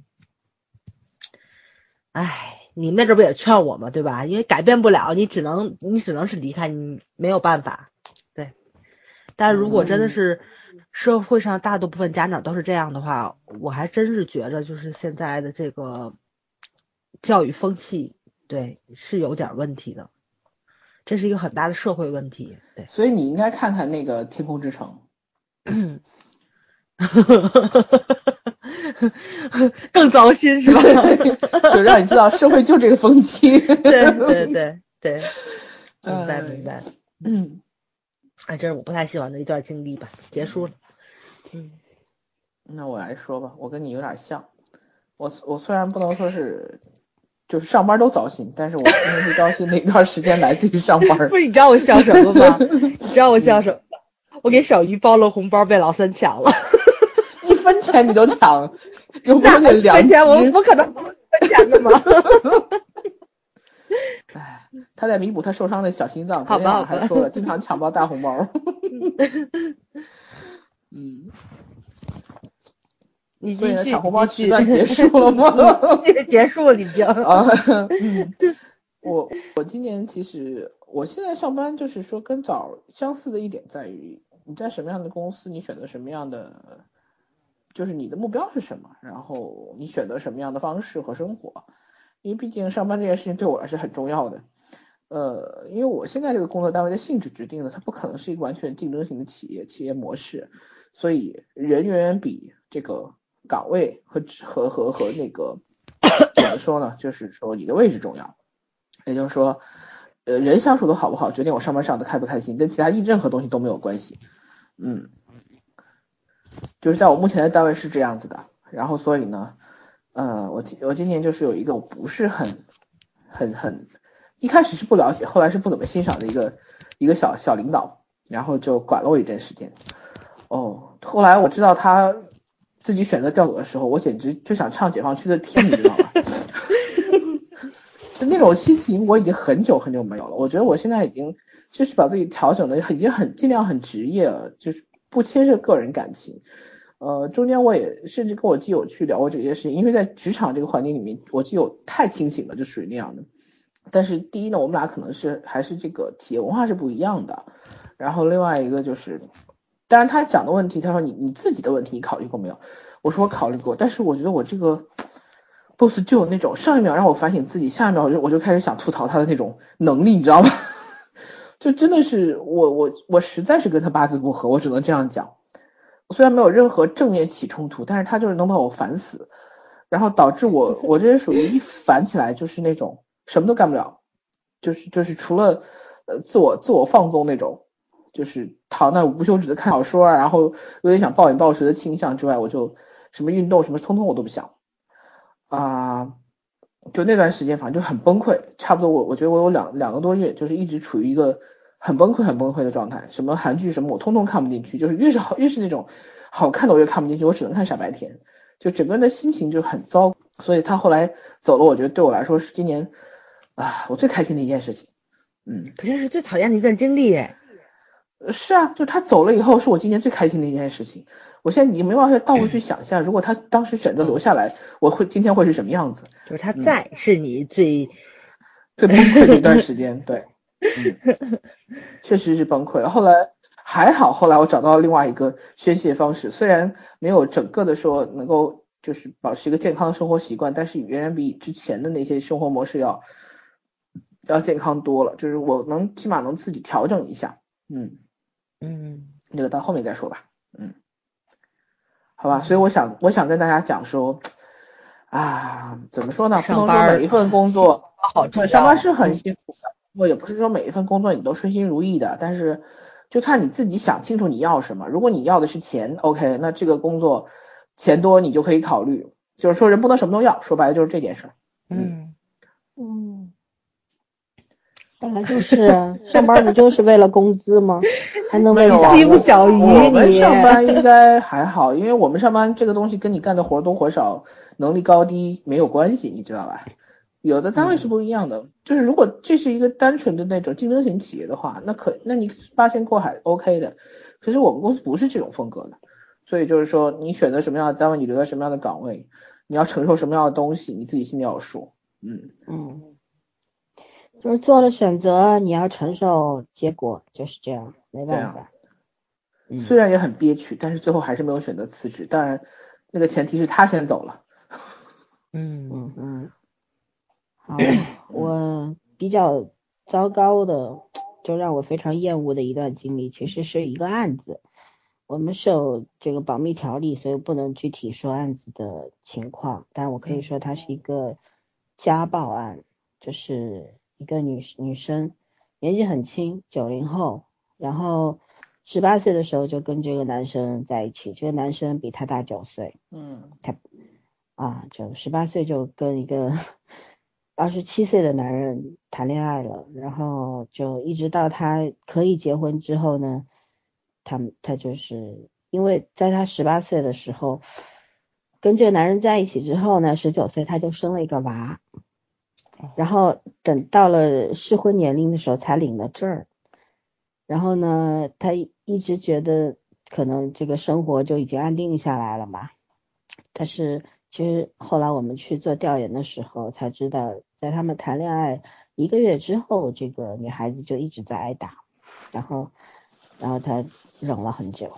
哎，你那阵不也劝我吗？对吧？因为改变不了，你只能你只能是离开，你没有办法。对，但是如果真的是社会上大多部分家长都是这样的话，我还真是觉得就是现在的这个教育风气，对，是有点问题的。这是一个很大的社会问题，对。 所以你应该看看那个《天空之城》， 更糟心是吧？ 就让你知道社会就这个风气。 对对对对，明白明白。 嗯， 哎，这是我不太喜欢的一段经历吧，结束了。嗯， 那我来说吧，我跟你有点像，我我虽然不能说是。就是上班都糟心，但是我今天最糟心的一段时间来自于上班。 不是，你知道我笑什么吗？你知道我笑什么吗？我给小鱼包了红包，被老三抢了。 一分钱你都抢，有没有点良心？ 分钱我我可能不分钱的吗？ 哎，他在弥补他受伤的小心脏。 好吧， 还说了，经常抢包大红包。嗯。 你继续， 抢红包时段结束了吗？ 结束了已经。 啊，嗯，我我今年其实我现在上班就是说跟早相似的一点在于，你在什么样的公司，你选择什么样的，就是你的目标是什么，然后你选择什么样的方式和生活。因为毕竟上班这件事情对我来说很重要的。呃，因为我现在这个工作单位的性质决定了，它不可能是一个完全竞争型的企业企业模式，所以人远远比这个岗位和和和和那个怎么说呢？就是说你的位置重要。也就是说，呃，人相处的好不好，决定我上班上的开不开心，跟其他任何东西都没有关系。嗯，就是在我目前的单位是这样子的。然后所以呢，呃，我我今年就是有一个我不是很很很。一开始是不了解，后来是不怎么欣赏的一个一个小小领导，然后就管了我一段时间。哦，后来我知道他自己选择调走的时候，我简直就想唱解放区的天，你知道吗？就那种心情我已经很久很久没有了。我觉得我现在已经就是把自己调整的已经很尽量很职业了，就是不牵涉个人感情。呃，中间我也甚至跟我基友去聊过这些事情，因为在职场这个环境里面，我基友太清醒了，就属于那样的。但是第一呢，我们俩可能是还是这个企业文化是不一样的。然后另外一个就是，当然他讲的问题，他说你你自己的问题你考虑过没有？我说我考虑过，但是我觉得我这个 boss 就有那种上一秒让我反省自己，下一秒我就我就开始想吐槽他的那种能力，你知道吗？就真的是我我我实在是跟他八字不合，我只能这样讲。虽然没有任何正面起冲突，但是他就是能把我烦死，然后导致我我这人属于一烦起来就是那种什么都干不了，就是就是除了呃自我自我放纵那种，就是躺那无休止的看小说，然后有点想暴饮暴食的倾向之外，我就什么运动什么通通我都不想啊、呃。就那段时间反正就很崩溃，差不多我我觉得我有两两个多月就是一直处于一个很崩溃很崩溃的状态，什么韩剧什么我通通看不进去，就是越是好越是那种好看的我越看不进去，我只能看傻白甜，就整个人的心情就很糟。所以他后来走了，我觉得对我来说是今年啊我最开心的一件事情。嗯， 可是是最讨厌的一段经历耶。 是啊，就他走了以后是我今年最开心的一件事情。我现在已经没办法倒回去想象，如果他当时选择留下来，我会今天会是什么样子。 就是他在、嗯、是你最最崩溃的一段时间。对，嗯，确实是崩溃了。后来还好，后来我找到另外一个宣泄方式，虽然没有整个的说能够就是保持一个健康的生活习惯，但是远远比之前的那些生活模式要要健康多了，就是我能起码能自己调整一下。嗯嗯， 这个到后面再说吧。嗯，好吧，所以我想我想跟大家讲说啊，怎么说呢？不能说每一份工作好重要， 上班是很辛苦的，我也不是说每一份工作你都顺心如意的，但是就看你自己想清楚你要什么。如果你要的是钱 ，OK， 那这个工作钱多你就可以考虑。就是说人不能什么都要，说白了就是这件事。 嗯嗯，本来就是上班不就是为了工资吗？还能为了欺负小鱼你？ 我们上班应该还好，因为我们上班这个东西跟你干的活多活少、能力高低没有关系，你知道吧？有的单位是不一样的，嗯、就是如果这是一个单纯的那种竞争型企业的话，那可那你八仙过海 OK 的。可是我们公司不是这种风格的，所以就是说你选择什么样的单位，你留在什么样的岗位，你要承受什么样的东西，你自己心里要有数。嗯嗯，就是做了选择，你要承受结果，就是这样，没办法。 嗯、虽然也很憋屈，但是最后还是没有选择辞职。当然，那个前提是他先走了。 嗯嗯嗯。好，我比较糟糕的，就让我非常厌恶的一段经历，其实是一个案子。我们是有这个保密条例，所以不能具体说案子的情况，但我可以说它是一个家暴案，就是一个女女生年纪很轻，九零后，然后十八岁的时候就跟这个男生在一起，这个男生比她大九岁， 嗯， 他啊，就十八岁就跟一个二十七岁的男人谈恋爱了，然后就一直到他可以结婚之后呢，他他就是因为在他十八岁的时候跟这个男人在一起之后呢，十九岁他就生了一个娃，然后等到了适婚年龄的时候才领了证儿，然后呢，他一直觉得可能这个生活就已经安定下来了嘛， 但是其实后来我们去做调研的时候才知道，在他们谈恋爱一个月之后，这个女孩子就一直在挨打，然后然后她忍了很久，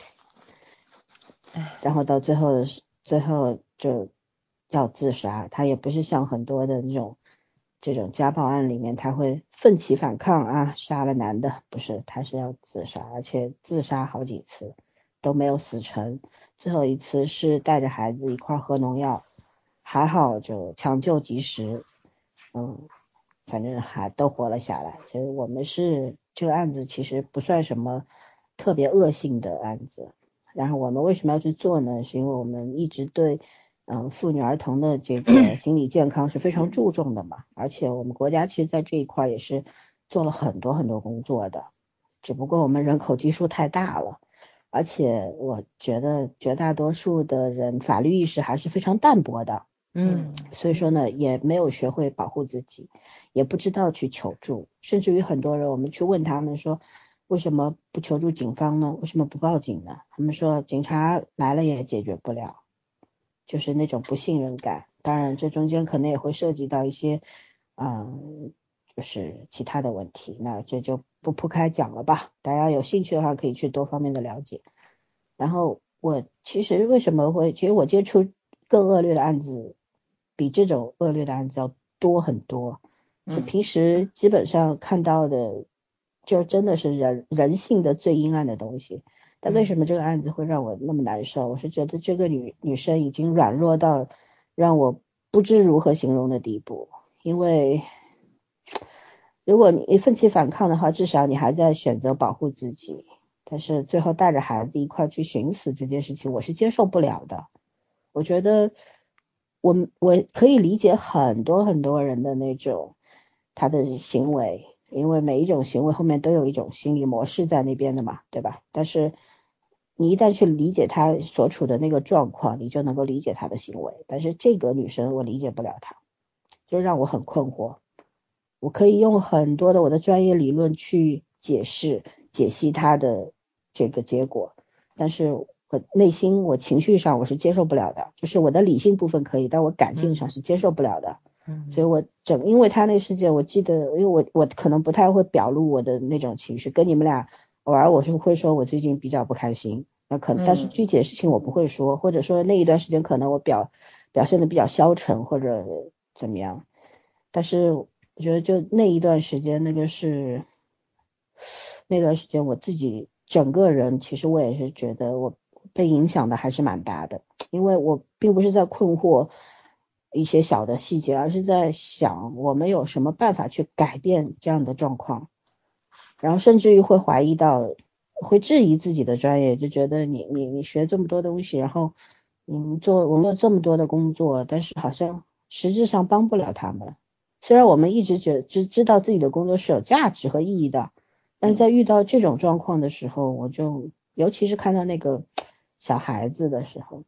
然后到最后最后就要自杀。她也不是像很多的那种这种家暴案里面，她会奋起反抗啊，杀了男的，不是，她是要自杀，而且自杀好几次都没有死成。最后一次是带着孩子一块喝农药，还好就抢救及时，嗯，反正还都活了下来。所以我们是这个案子其实不算什么特别恶性的案子。然后我们为什么要去做呢？是因为我们一直对嗯妇女儿童的这个心理健康是非常注重的嘛，而且我们国家其实在这一块也是做了很多很多工作的，只不过我们人口基数太大了。而且我觉得绝大多数的人法律意识还是非常淡薄的， 嗯， 所以说呢，也没有学会保护自己，也不知道去求助，甚至于很多人，我们去问他们说，为什么不求助警方呢？为什么不报警呢？他们说警察来了也解决不了，就是那种不信任感。当然，这中间可能也会涉及到一些，嗯，就是其他的问题，那这就不铺开讲了吧。大家有兴趣的话，可以去多方面的了解。然后我其实为什么会，其实我接触更恶劣的案子，比这种恶劣的案子要多很多。就平时基本上看到的，就真的是人人性的最阴暗的东西。但为什么这个案子会让我那么难受？我是觉得这个女女生已经软弱到让我不知如何形容的地步。因为如果你奋起反抗的话，至少你还在选择保护自己。但是最后带着孩子一块去寻死这件事情，我是接受不了的。我觉得我我可以理解很多很多人的那种他的行为，因为每一种行为后面都有一种心理模式在那边的嘛，对吧？但是你一旦去理解他所处的那个状况，你就能够理解他的行为。但是这个女生我理解不了她，就让我很困惑。我可以用很多的我的专业理论去解释解析她的这个结果，但是我内心我情绪上我是接受不了的，就是我的理性部分可以，但我感性上是接受不了的。嗯，所以我整因为他那事件，我记得因为我我可能不太会表露我的那种情绪，跟你们俩偶尔我是会说我最近比较不开心，那可能但是具体的事情我不会说，或者说那一段时间可能我表表现的比较消沉或者怎么样，但是我觉得就那一段时间那个是那段时间我自己整个人其实我也是觉得我被影响的还是蛮大的，因为我并不是在困惑一些小的细节，而是在想我们有什么办法去改变这样的状况，然后甚至于会怀疑到会质疑自己的专业，就觉得你你你学这么多东西，然后你做我们有这么多的工作，但是好像实质上帮不了他们。虽然我们一直觉得知知道自己的工作是有价值和意义的，但是在遇到这种状况的时候，我就尤其是看到那个小孩子的时候，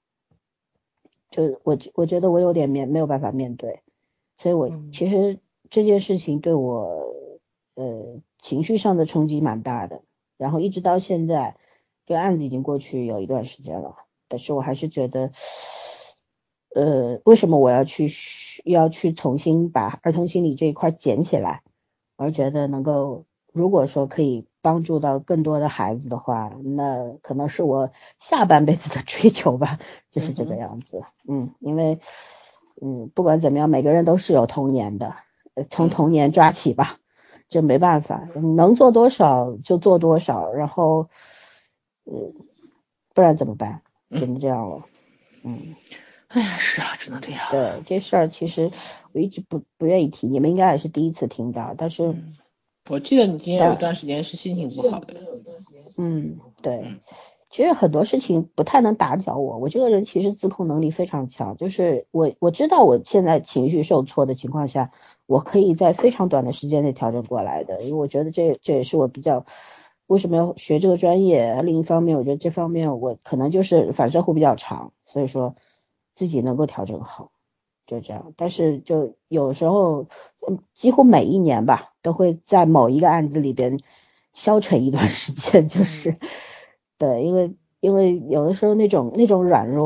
就我我觉得我有点面没有办法面对，所以我其实这件事情对我呃情绪上的冲击蛮大的，然后一直到现在，这个案子已经过去有一段时间了，但是我还是觉得呃为什么我要去要去重新把儿童心理这一块捡起来，而觉得能够如果说可以帮助到更多的孩子的话，那可能是我下半辈子的追求吧，就是这个样子。嗯，因为嗯不管怎么样，每个人都是有童年的，从童年抓起吧，就没办法，能做多少就做多少，然后嗯不然怎么办？只能这样了。嗯， 哎呀，是啊，只能这样。 对，这事儿其实我一直不不愿意提，你们应该也是第一次听到，但是、 嗯、我记得你今天有一段时间是心情不好的。 嗯，对，其实很多事情不太能打搅我，我这个人其实自控能力非常强，就是我我知道我现在情绪受挫的情况下，我可以在非常短的时间内调整过来的，因为我觉得这这也是我比较为什么要学这个专业，另一方面我觉得这方面我可能就是反射弧比较长，所以说自己能够调整好，就这样。但是就有时候几乎每一年吧，都会在某一个案子里边消沉一段时间，就是对，因为因为有的时候那种那种软弱，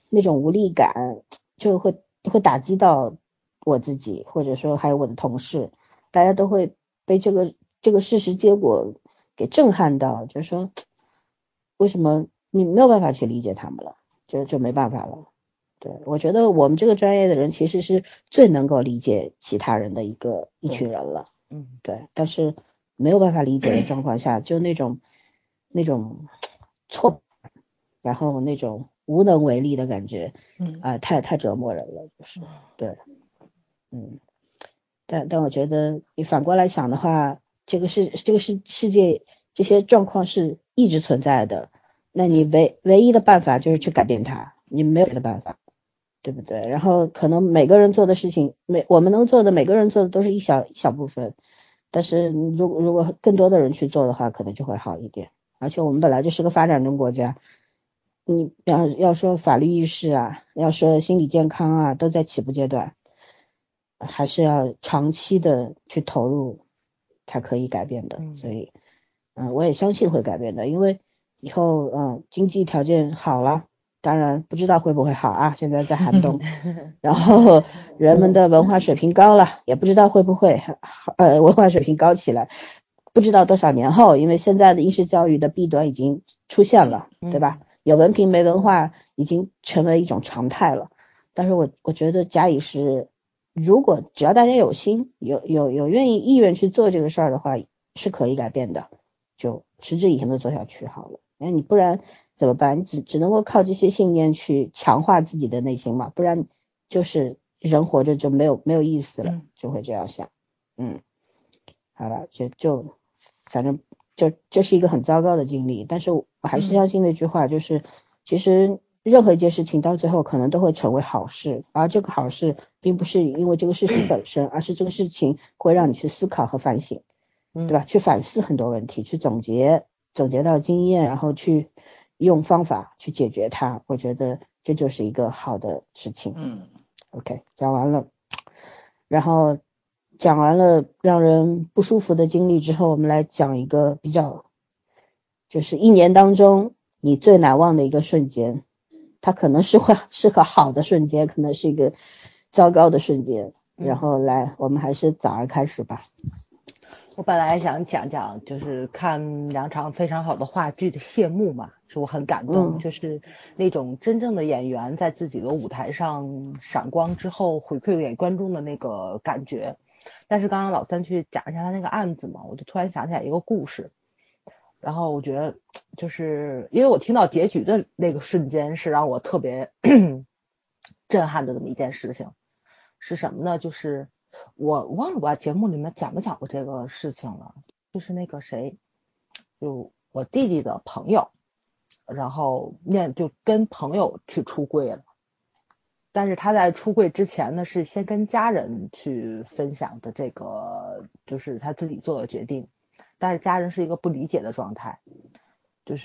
那种无力感就会会打击到我自己，或者说还有我的同事，大家都会被这个这个事实结果给震撼到，就是说为什么你没有办法去理解他们了，就就没办法了。对，我觉得我们这个专业的人其实是最能够理解其他人的一个一群人了。 嗯， 对，但是没有办法理解的状况下，就那种那种错，然后那种无能为力的感觉， 嗯啊、呃，太太折磨人了，就是对，嗯，但但我觉得你反过来想的话，这个是这个是世界这些状况是一直存在的，那你唯唯一的办法就是去改变它，你没有别的办法。对不对？然后可能每个人做的事情，每我们能做的，每个人做的都是一小一小部分，但是如果如果更多的人去做的话，可能就会好一点。而且我们本来就是个发展中国家，你要要说法律意识啊，要说心理健康啊，都在起步阶段，还是要长期的去投入才可以改变的。所以，嗯，我也相信会改变的，因为以后嗯经济条件好了。当然不知道会不会好啊，现在在寒冬，然后人们的文化水平高了，也不知道会不会呃文化水平高起来，不知道多少年后，因为现在的应试教育的弊端已经出现了，对吧？有文凭没文化已经成为一种常态了。但是我我觉得假以时日，如果只要大家有心，有有有愿意意愿去做这个事儿的话，是可以改变的，就持之以恒的做下去好了。那你不然怎么办？你只只能够靠这些信念去强化自己的内心嘛，不然就是人活着就没有没有意思了，就会这样想。嗯，好了，就就反正就这是一个很糟糕的经历，但是我还是相信那句话，就是、嗯、其实任何一件事情到最后可能都会成为好事，而这个好事并不是因为这个事情本身，而是这个事情会让你去思考和反省，对吧？去反思很多问题，去总结总结到经验，然后去用方法去解决它，我觉得这就是一个好的事情。 嗯 OK， 讲完了，然后讲完了让人不舒服的经历之后，我们来讲一个比较就是一年当中你最难忘的一个瞬间，它可能是会是个好的瞬间，可能是一个糟糕的瞬间，然后来我们还是早儿开始吧。 我本来想讲讲，就是看两场非常好的话剧的谢幕嘛，是我很感动、嗯，就是那种真正的演员在自己的舞台上闪光之后回馈给观众的那个感觉。但是刚刚老三去讲一下他那个案子嘛，我就突然想起来一个故事，然后我觉得就是因为我听到结局的那个瞬间是让我特别震撼的这么一件事情，是什么呢？就是我忘了我在节目里面讲没讲过这个事情了，就是那个谁，就我弟弟的朋友，然后面就跟朋友去出柜了，但是他在出柜之前呢，是先跟家人去分享的这个，就是他自己做的决定，但是家人是一个不理解的状态，就是，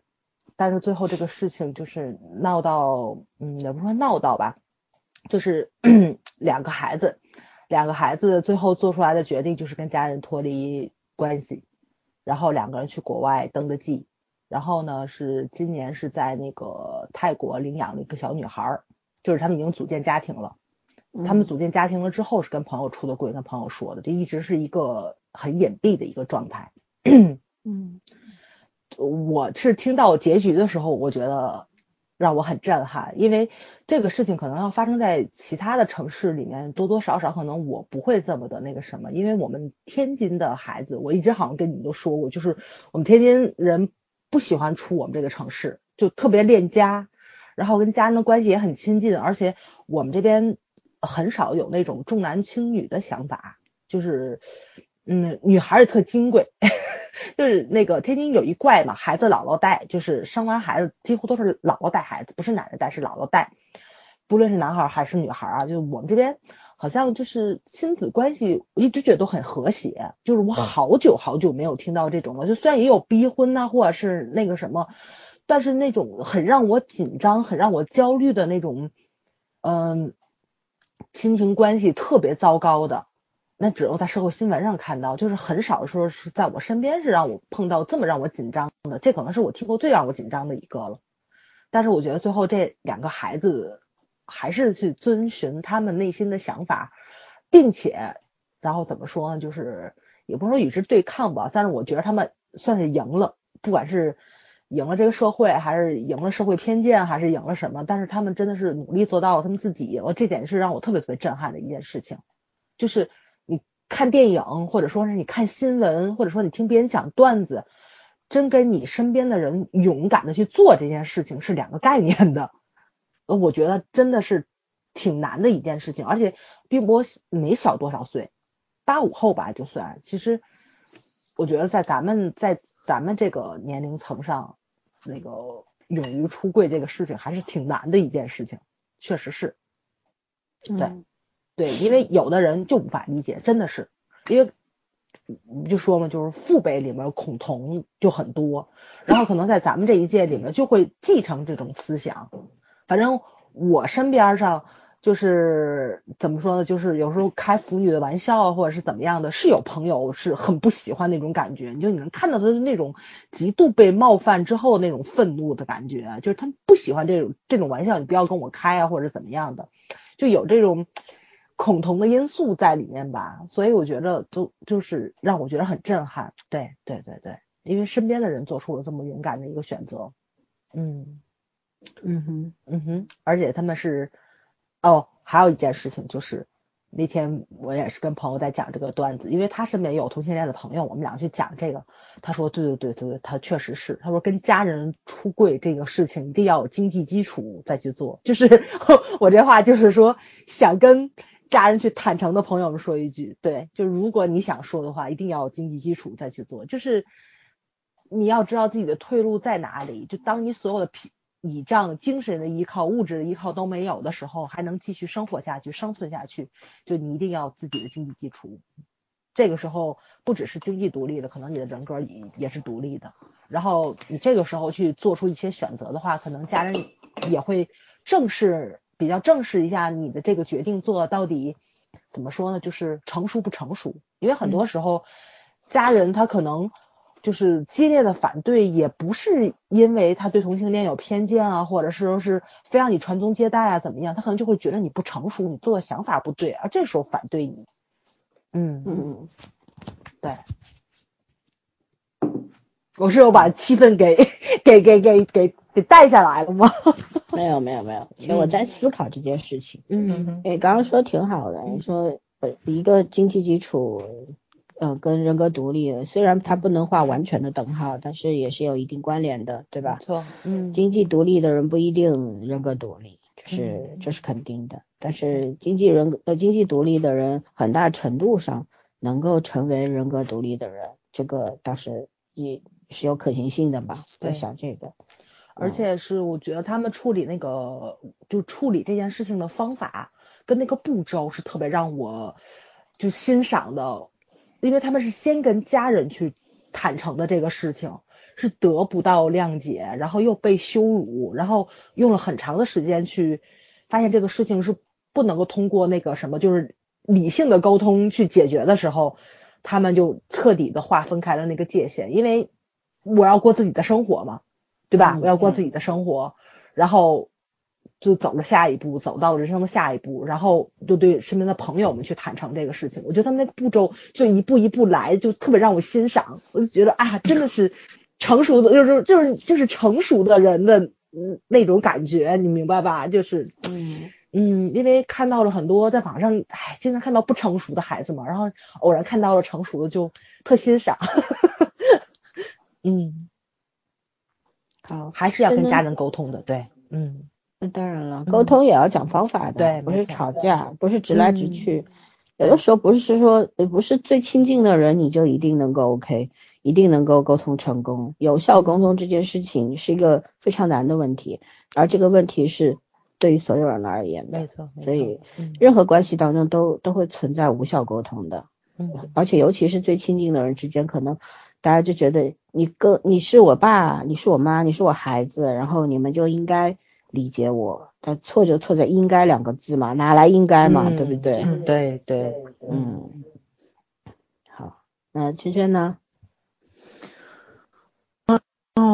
但是最后这个事情就是闹到，嗯，也不说闹到吧，就是两个孩子。两个孩子最后做出来的决定就是跟家人脱离关系，然后两个人去国外登的记，然后呢是今年是在那个泰国领养了一个小女孩，就是他们已经组建家庭了，他们组建家庭了之后是跟朋友出的柜，跟朋友说的，这一直是一个很隐蔽的一个状态。嗯，我是听到结局的时候，我觉得让我很震撼，因为这个事情可能要发生在其他的城市里面，多多少少可能我不会这么的那个什么，因为我们天津的孩子，我一直好像跟你们都说过，就是我们天津人不喜欢出我们这个城市，就特别恋家，然后跟家人的关系也很亲近，而且我们这边很少有那种重男轻女的想法，就是嗯，女孩也特金贵。就是那个天津有一怪嘛，孩子姥姥带，就是生完孩子几乎都是姥姥带孩子，不是奶奶带，是姥姥带，不论是男孩还是女孩啊，就是我们这边好像就是亲子关系我一直觉得都很和谐，就是我好久好久没有听到这种了，就虽然也有逼婚呐、啊、或者是那个什么，但是那种很让我紧张很让我焦虑的那种嗯亲情关系特别糟糕的，那只有在社会新闻上看到，就是很少说是在我身边是让我碰到这么让我紧张的，这可能是我听过最让我紧张的一个了。 但是我觉得最后这两个孩子还是去遵循他们内心的想法，并且然后怎么说呢，就是也不是说与之对抗吧，但是我觉得他们算是赢了，不管是赢了这个社会，还是赢了社会偏见，还是赢了什么，但是他们真的是努力做到了他们自己，我这点是让我特别特别震撼的一件事情。就是你看电影，或者说是你看新闻，或者说你听别人讲段子，真跟你身边的人勇敢的去做这件事情是两个概念的。我觉得真的是挺难的一件事情，而且并不没小多少岁，八五后吧就算。其实我觉得在咱们在咱们这个年龄层上，那个勇于出柜这个事情还是挺难的一件事情，确实是。对、嗯、对，因为有的人就无法理解，真的是，因为不就说嘛，就是父辈里面恐同就很多，然后可能在咱们这一届里面就会继承这种思想。反正我身边上就是怎么说呢，就是有时候开腐女的玩笑或者是怎么样的，是有朋友是很不喜欢那种感觉，你就你能看到他的那种极度被冒犯之后那种愤怒的感觉，就是他不喜欢这种这种玩笑，你不要跟我开啊，或者怎么样的，就有这种恐同的因素在里面吧。所以我觉得就就是让我觉得很震撼。对对对对，因为身边的人做出了这么勇敢的一个选择。嗯嗯哼嗯哼，而且他们是哦，还有一件事情就是那天我也是跟朋友在讲这个段子，因为他身边有同性恋的朋友，我们俩去讲这个，他说对对对对对，他确实是，他说跟家人出柜这个事情一定要有经济基础再去做，就是我这话就是说想跟家人去坦诚的朋友们说一句，对，就如果你想说的话，一定要有经济基础再去做，就是你要知道自己的退路在哪里，就当你所有的皮倚仗精神的依靠、物质的依靠都没有的时候，还能继续生活下去、生存下去，就你一定要自己的经济基础。这个时候不只是经济独立的，可能你的人格也也是独立的。然后你这个时候去做出一些选择的话，可能家人也会正视，比较正视一下你的这个决定做到底怎么说呢，就是成熟不成熟。因为很多时候、嗯、家人他可能就是激烈的反对，也不是因为他对同性恋有偏见啊，或者是说是非让你传宗接代啊怎么样，他可能就会觉得你不成熟，你做的想法不对，而这时候反对你。嗯嗯，对。我是有把气氛给给给给给给带下来了吗？ 没有没有没有，其实我在思考这件事情。 嗯， 你刚刚说挺好的，你说一个经济基础。嗯，跟人格独立，虽然它不能画完全的等号，但是也是有一定关联的，对吧？ 没错，嗯， 经济独立的人不一定人格独立，这是这是肯定的。但是经济人呃经济独立的人，很大程度上能够成为人格独立的人，这个倒是也是有可行性的吧？在想这个， 而且是我觉得他们处理那个就处理这件事情的方法跟那个步骤是特别让我就欣赏的。因为他们是先跟家人去坦诚的这个事情，是得不到谅解，然后又被羞辱，然后用了很长的时间去发现这个事情是不能够通过那个什么就是理性的沟通去解决的时候，他们就彻底的划分开了那个界限。因为我要过自己的生活嘛，对吧？我要过自己的生活，然后就走了下一步，走到人生的下一步，然后就对身边的朋友们去坦诚这个事情。我觉得他们那个步骤就一步一步来，就特别让我欣赏。我就觉得啊，真的是成熟的，就是就是就是成熟的人的嗯那种感觉，你明白吧？就是嗯嗯，因为看到了很多在网上，哎，经常看到不成熟的孩子嘛，然后偶然看到了成熟的，就特欣赏。嗯， 好， 还是要跟家人沟通的，对，嗯。 那当然了，沟通也要讲方法的， 对， 不是吵架，不是直来直去。 嗯、 有的时候不是说不是最亲近的人你就一定能够 OK， 一定能够沟通成功。有效沟通这件事情是一个非常难的问题，而这个问题是对于所有人而言的， 没错， 所以、嗯、任何关系当中都都会存在无效沟通的。 嗯， 而且尤其是最亲近的人之间，可能大家就觉得你哥你是我爸，你是我妈，你是我孩子，然后你们就应该理解我，但错就错在应该两个字嘛，哪来应该嘛、嗯、对不对？ 嗯，对对， 嗯，好，那圈圈呢？ 哦，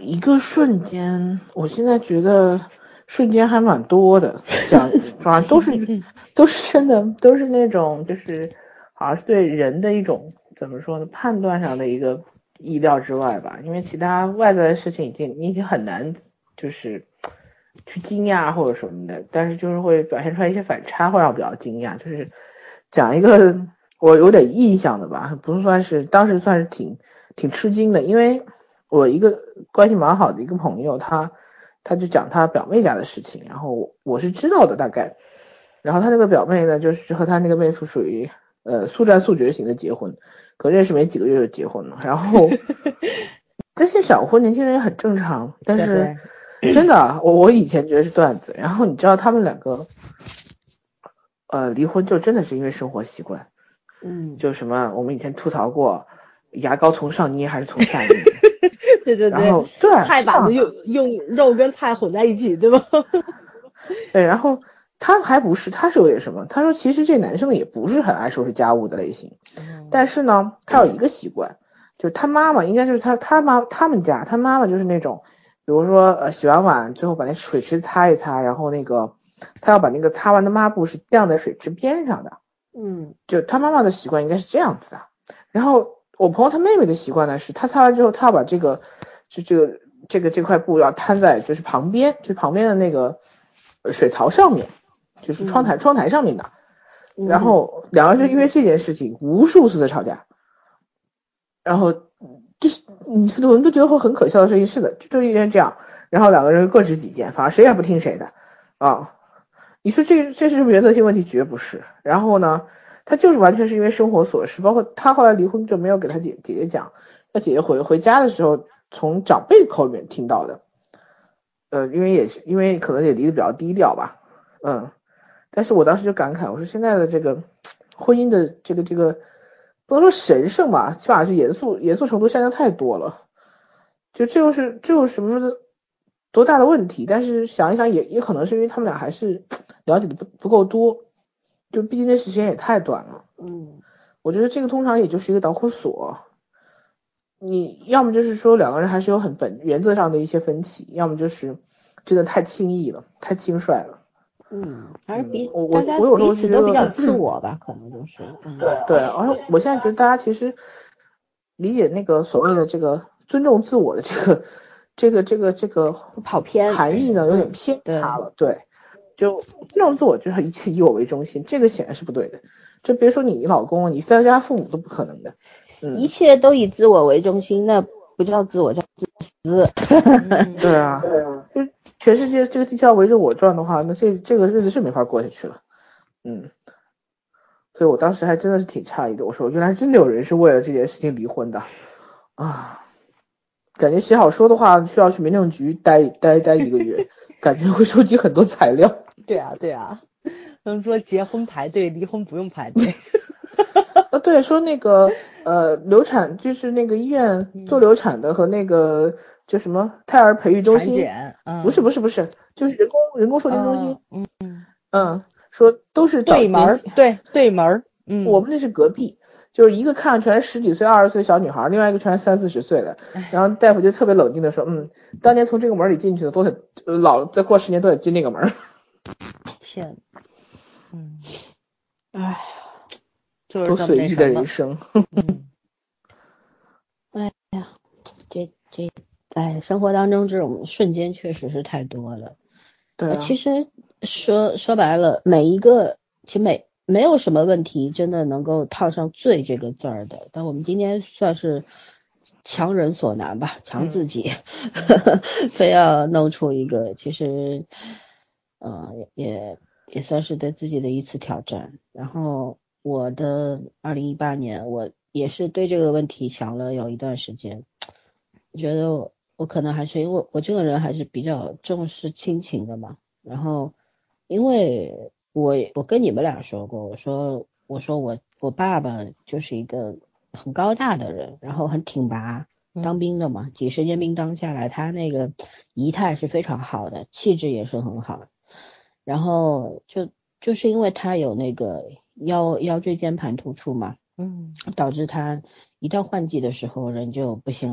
一个瞬间，我现在觉得瞬间还蛮多的，讲反正都是都是真的，都是那种就是好像是对人的一种怎么说呢，判断上的一个意料之外吧，因为其他外在的事情已经你已经很难就是去惊讶或者什么的，但是就是会表现出来一些反差，会让我比较惊讶。就是讲一个我有点印象的吧，不是算是当时算是挺挺吃惊的，因为我一个关系蛮好的一个朋友，他他就讲他表妹家的事情，然后我我是知道的大概，然后他那个表妹呢，就是和他那个妹夫属于呃速战速决型的结婚，可认识没几个月就结婚了，然后这些小婚年轻人也很正常，但是真的我我以前觉得是段子，然后你知道他们两个呃离婚就真的是因为生活习惯， 嗯， 就什么我们以前吐槽过牙膏从上捏还是从下捏。 对对对， 然后对， 菜板子用用肉跟菜混在一起，对吧？ 对，然后他还不是，他是有点什么？他说其实这男生也不是很爱收拾家务的类型，嗯、但是呢，他有一个习惯，就是他妈妈应该就是他他妈他们家他妈妈就是那种，比如说呃洗完碗最后把那水池擦一擦，然后那个他要把那个擦完的抹布是晾在水池边上的， 嗯， 就他妈妈的习惯应该是这样子的。然后我朋友他妹妹的习惯呢是，他擦完之后他要把这个就这个这个这块布要摊在就是旁边，就旁边的那个水槽上面，就是窗台、嗯、窗台上面的。然后两个人就因为这件事情无数次的吵架。然后就是你我们都觉得会很可笑的事情，是的，就就一人这样，然后两个人各执己见，反正谁也不听谁的啊。你说这这是原则性问题？绝不是。然后呢？他就是完全是因为生活琐事，包括他后来离婚就没有给他姐姐姐讲，他姐姐回回家的时候从长辈口里面听到的，呃，因为也是因为可能也离得比较低调吧，嗯，但是我当时就感慨，我说现在的这个婚姻的这个这个不能说神圣吧，起码是严肃严肃程度下降太多了，就这又是这有什么多大的问题？但是想一想也也可能是因为他们俩还是了解的不不够多。就毕竟那时间也太短了， 嗯， 我觉得这个通常也就是一个导火索。你要么就是说两个人还是有很本原则上的一些分歧，要么就是真的太轻易了，太轻率了。 嗯，还是比我大家我有时候彼此都比较自我吧，可能就是。 嗯、对，而且我现在觉得大家其实理解那个所谓的这个尊重自我的这个这个这个这个跑偏含义呢，有点偏差了，对。对就尊重自我就是一切以我为中心，这个显然是不对的。就别说你老公，你在家父母都不可能的。嗯， 一切都以自我为中心，那不叫自我，叫自私。 嗯、对啊，就全世界这个地球要围着我转的话，那这这个日子是没法过下去了。嗯，所以我当时还真的是挺诧异的，我说原来真的有人是为了这件事情离婚的啊！感觉写好说的话需要去民政局待待待一个月，感觉会收集很多材料。 对啊，对啊，他们说结婚排队，离婚不用排队。 呃，对，说那个呃流产就是那个医院做流产的和那个就什么胎儿培育中心， 嗯、 不是不是不是，就是人工人工受精中心。 嗯嗯嗯，说都是对门，对对门。嗯， 我们那是隔壁，就是一个看上全是十几岁、二十岁小女孩，另外一个全是三四十岁的。然后大夫就特别冷静的说，嗯，当年从这个门里进去的都得老再过十年都得进那个门。 天，嗯， 哎， 多随意的人生。 嗯、哎呀，这这在生活当中这种瞬间确实是太多了。 对、啊， 其实说说白了，每一个其实每没有什么问题真的能够套上罪这个字儿的，但我们今天算是强人所难吧，强自己，嗯、非要弄出一个，其实呃也也算是对自己的一次挑战。然后我的二零一八年我也是对这个问题想了有一段时间，我觉得我我可能还是因为我这个人还是比较重视亲情的嘛，然后因为我我跟你们俩说过，我说我说我我爸爸就是一个很高大的人，然后很挺拔，当兵的嘛，几十年兵当下来，他那个仪态是非常好的，气质也是很好，然后就就是因为他有那个腰腰椎间盘突出嘛， 嗯， 导致他一到换季的时候人就不行啦，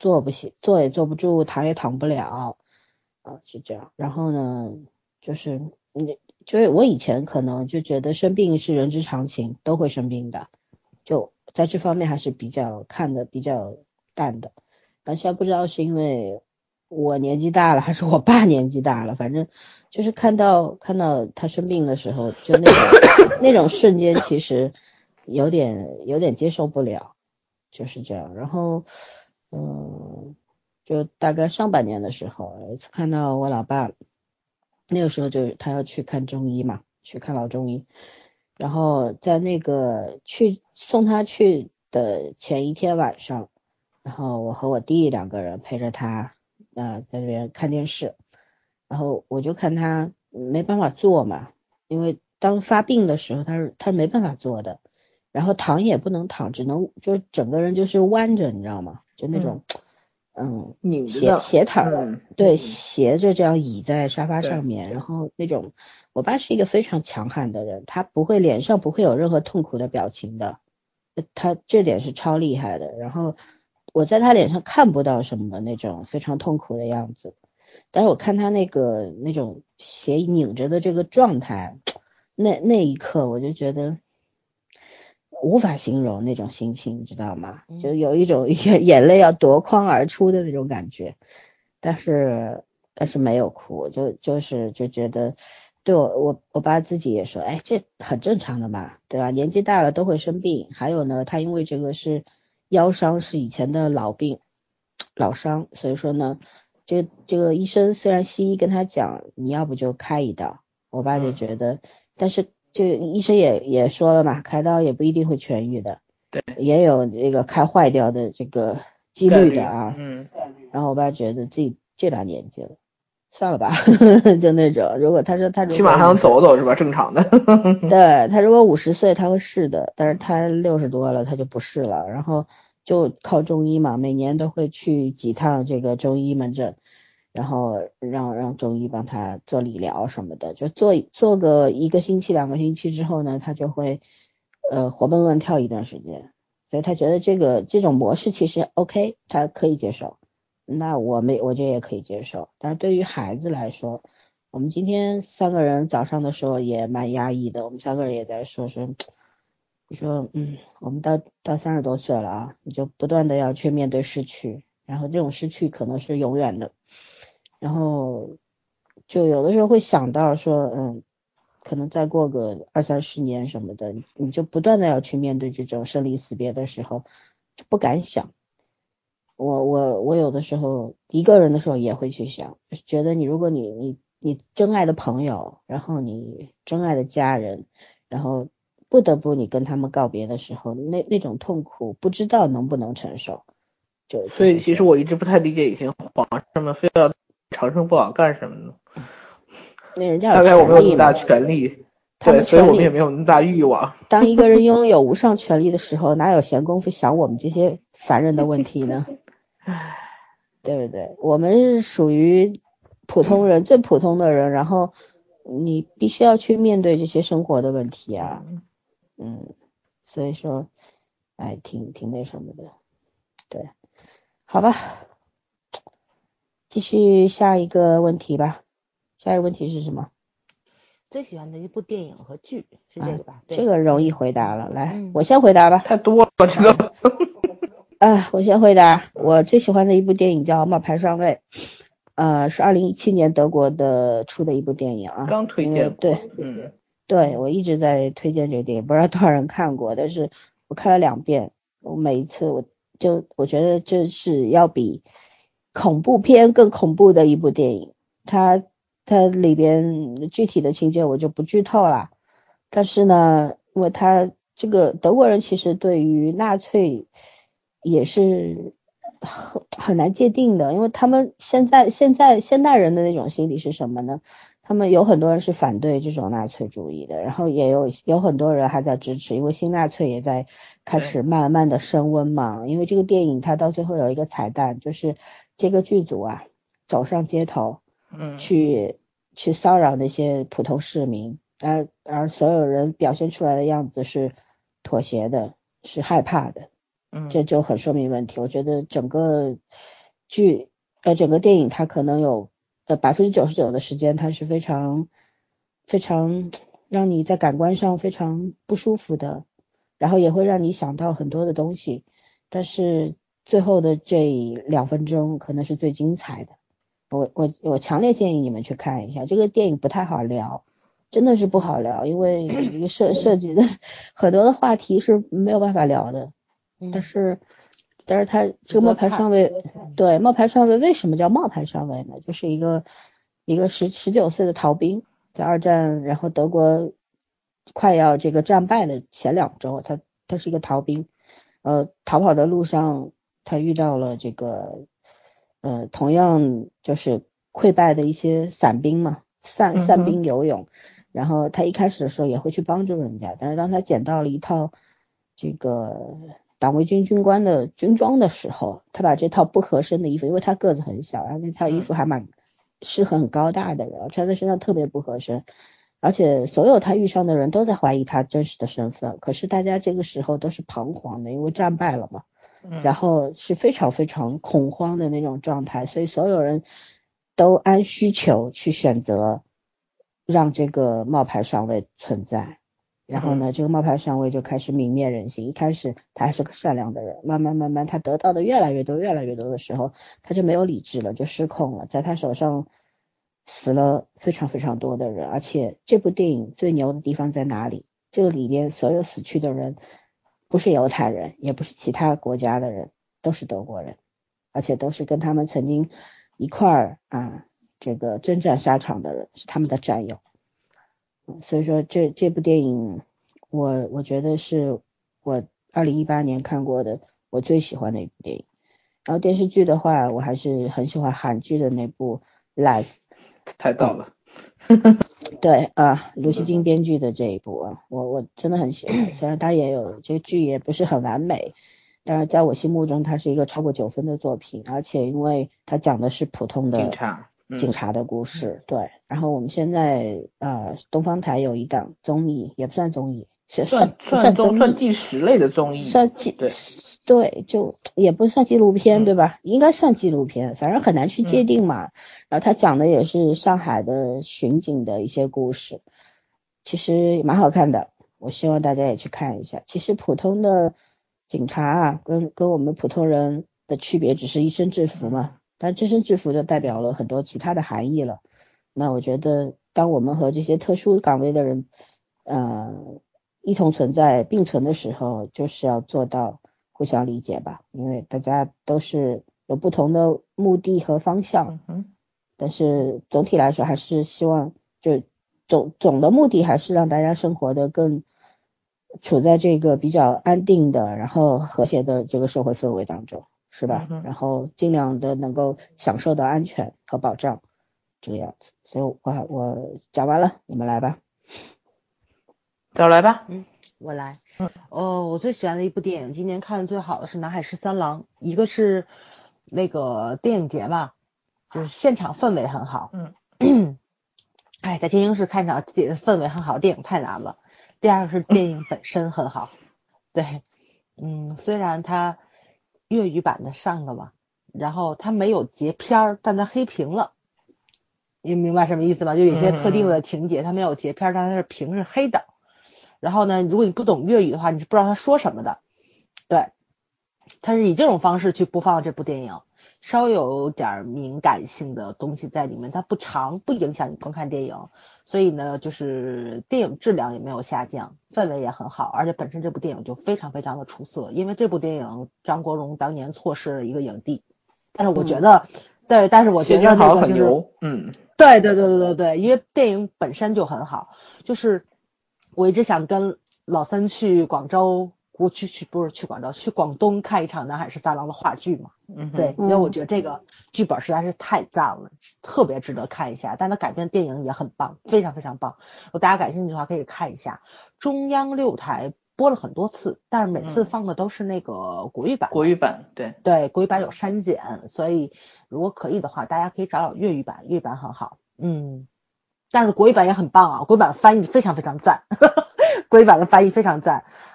坐不起，坐也坐不住，躺也躺不了，啊，是这样。然后呢，就是你，就是我以前可能就觉得生病是人之常情，都会生病的，就在这方面还是比较看的比较淡的。而现在不知道是因为我年纪大了，还是我爸年纪大了，反正就是看到看到他生病的时候，就那种那种瞬间，其实有点有点接受不了，就是这样。然后，嗯，就大概上半年的时候，有一次看到我老爸，那个时候就是他要去看中医嘛，去看老中医，然后在那个去送他去的前一天晚上。然后我和我弟两个人陪着他，呃，在那边看电视，然后我就看他没办法坐嘛，因为当发病的时候他是他没办法坐的，然后躺也不能躺，只能就整个人就是弯着，你知道吗？就那种，嗯， 拧着斜斜躺， 嗯、 对， 嗯、 斜着这样倚在沙发上面，然后那种，我爸是一个非常强悍的人，他不会脸上不会有任何痛苦的表情的，他这点是超厉害的，然后。我在他脸上看不到什么那种非常痛苦的样子，但是我看他那个那种斜拧着的这个状态，那那一刻我就觉得无法形容那种心情，你知道吗？就有一种眼眼泪要夺眶而出的那种感觉，但是但是没有哭，就就是就觉得，对我我我爸自己也说，哎，这很正常的嘛，对吧？年纪大了都会生病，还有呢，他因为这个是。腰伤是以前的老病老伤，所以说呢，这个这个医生虽然西医跟他讲你要不就开一刀，我爸就觉得，嗯、但是这个医生也也说了嘛，开刀也不一定会痊愈的， 对， 也有这个开坏掉的这个几率的啊， 嗯， 然后我爸觉得自己这把年纪了。算了吧，就那种。如果他说他如果起码还能走走是吧？正常的。 对，他如果五十岁他会试的，但是他六十多了他就不试了，然后就靠中医嘛，每年都会去几趟这个中医门诊，然后让让中医帮他做理疗什么的，就做做个一个星期两个星期之后呢，他就会呃活蹦乱跳一段时间，所以他觉得这个这种模式其实 OK， 他可以接受。那我没，我觉得也可以接受，但是对于孩子来说，我们今天三个人早上的时候也蛮压抑的，我们三个人也在说说，你说，嗯，我们到到三十多岁了啊，你就不断的要去面对失去，然后这种失去可能是永远的，然后就有的时候会想到说，嗯，可能再过个二三十年什么的，你就不断的要去面对这种生离死别的时候，就不敢想。我我我有的时候一个人的时候也会去想，觉得你如果你你你真爱的朋友，然后你真爱的家人，然后不得不你跟他们告别的时候，那那种痛苦不知道能不能承受。就所以其实我一直不太理解以前皇上们非要长生不老干什么呢？ 那人家大概我没有那么大权利，对，所以我们也没有那么大欲望。 当一个人拥有无上权力的时候，哪有闲工夫想我们这些凡人的问题呢？唉，对不对？我们是属于普通人，最普通的人，然后你必须要去面对这些生活的问题啊，嗯，所以说，哎，挺挺那什么的，对，好吧，继续下一个问题吧。下一个问题是什么？ 最喜欢的一部电影和剧是这个吧？ 啊、这个容易回答了，来， 嗯、 我先回答吧。 太多了，这个。 啊，我先回答，我最喜欢的一部电影叫《冒牌上尉》，呃，是二零一七年德国的出的一部电影啊。 刚推荐。 对， 嗯， 对，我一直在推荐这个电影，不知道多少人看过，但是我看了两遍，我每一次我就我觉得这是要比恐怖片更恐怖的一部电影，它它里边具体的情节我就不剧透了，但是呢，因为它这个德国人其实对于纳粹也是很很难界定的，因为他们现在现在现代人的那种心理是什么呢？他们有很多人是反对这种纳粹主义的，然后也有有很多人还在支持，因为新纳粹也在开始慢慢的升温嘛。因为这个电影它到最后有一个彩蛋，就是这个剧组啊走上街头， 嗯， 去去骚扰那些普通市民，而而所有人表现出来的样子是妥协的，是害怕的。 嗯， 这就很说明问题。我觉得整个剧呃整个电影它可能有呃百分之九十九的时间它是非常非常让你在感官上非常不舒服的，然后也会让你想到很多的东西，但是最后的这两分钟可能是最精彩的。我我我强烈建议你们去看一下，这个电影不太好聊，真的是不好聊，因为这个涉涉及的很多的话题是没有办法聊的。但是但是他这个冒牌上尉，对，冒牌上尉为什么叫冒牌上尉呢？就是一个一个十十九岁的逃兵，在二战，然后德国快要这个战败的前两周，他他是一个逃兵，呃，逃跑的路上他遇到了这个呃同样就是溃败的一些散兵嘛，散散兵游勇，然后他一开始的时候也会去帮助人家，但是当他捡到了一套这个党卫军军官的军装的时候，他把这套不合身的衣服，因为他个子很小，然后那套衣服还蛮是很高大的人，穿在身上特别不合身，而且所有他遇上的人都在怀疑他真实的身份，可是大家这个时候都是彷徨的，因为战败了嘛，然后是非常非常恐慌的那种状态，所以所有人都按需求去选择让这个冒牌上尉存在。然后呢，这个冒牌上尉就开始泯灭人性。一开始他还是个善良的人，慢慢慢慢他得到的越来越多越来越多的时候，他就没有理智了，就失控了，在他手上死了非常非常多的人。而且这部电影最牛的地方在哪里？这个里边所有死去的人不是犹太人，也不是其他国家的人，都是德国人，而且都是跟他们曾经一块儿啊这个征战沙场的人，是他们的战友。所以说这这部电影我我觉得是我二零一八年看过的我最喜欢的一部电影。然后电视剧的话，我还是很喜欢韩剧的那部 Life， 太到了。 对啊，卢锡金编剧的这一部啊，我我真的很喜欢。虽然它也有这个剧也不是很完美，但是在我心目中它是一个超过九分的作品，而且因为它讲的是普通的警察。 警察的故事，对。然后我们现在呃东方台有一档综艺，也不算综艺， 算算算综算纪实类的综艺， 算纪对对，就也不算纪录片，嗯、对吧？应该算纪录片，反正很难去界定嘛。嗯、然后他讲的也是上海的巡警的一些故事，其实蛮好看的，我希望大家也去看一下。其实普通的警察啊，跟跟我们普通人的区别只是一身制服嘛。嗯但这身制服就代表了很多其他的含义了。那我觉得，当我们和这些特殊岗位的人，呃，一同存在并存的时候，就是要做到互相理解吧。因为大家都是有不同的目的和方向， 嗯、 但是总体来说还是希望，就总总的目的还是让大家生活的更处在这个比较安定的，然后和谐的这个社会氛围当中。是吧？ 嗯、 然后尽量的能够享受到安全和保障，这个样子。所以我我讲完了，你们来吧。 找来吧。 嗯，我来。嗯，哦，我最喜欢的一部电影，今年看的最好的是《南海十三郎》，一个是那个电影节吧，就是现场氛围很好。嗯。哎，在天津市看场氛围很好的电影太难了。第二个是电影本身很好。对，嗯，虽然它粤语版的上了嘛，然后它没有截片儿，但它黑屏了，你明白什么意思吗？就有些特定的情节它没有截片儿，但它是屏是黑的。然后呢，如果你不懂粤语的话，你是不知道他说什么的。对，它是以这种方式去播放这部电影，稍微有点敏感性的东西在里面，它不长，不影响你观看电影。所以呢，就是电影质量也没有下降，氛围也很好，而且本身这部电影就非常非常的出色。因为这部电影张国荣当年错失了一个影帝，但是我觉得，嗯、对，但是我觉得那个就是， 嗯， 对对对对对对，因为电影本身就很好。就是我一直想跟老三去广州，我去去不是去广州，去广东看一场《南海十三郎》的话剧嘛。 嗯， 对，因为我觉得这个剧本实在是太赞了，特别值得看一下。但它改编电影也很棒，非常非常棒。如果大家感兴趣的话，可以看一下。中央六台播了很多次，但是每次放的都是那个国语版。 国语版，对对，国语版有删减，所以如果可以的话，大家可以找找粤语版，粤语版很好。嗯，但是国语版也很棒啊，国语版翻译非常非常赞，国语版的翻译非常赞。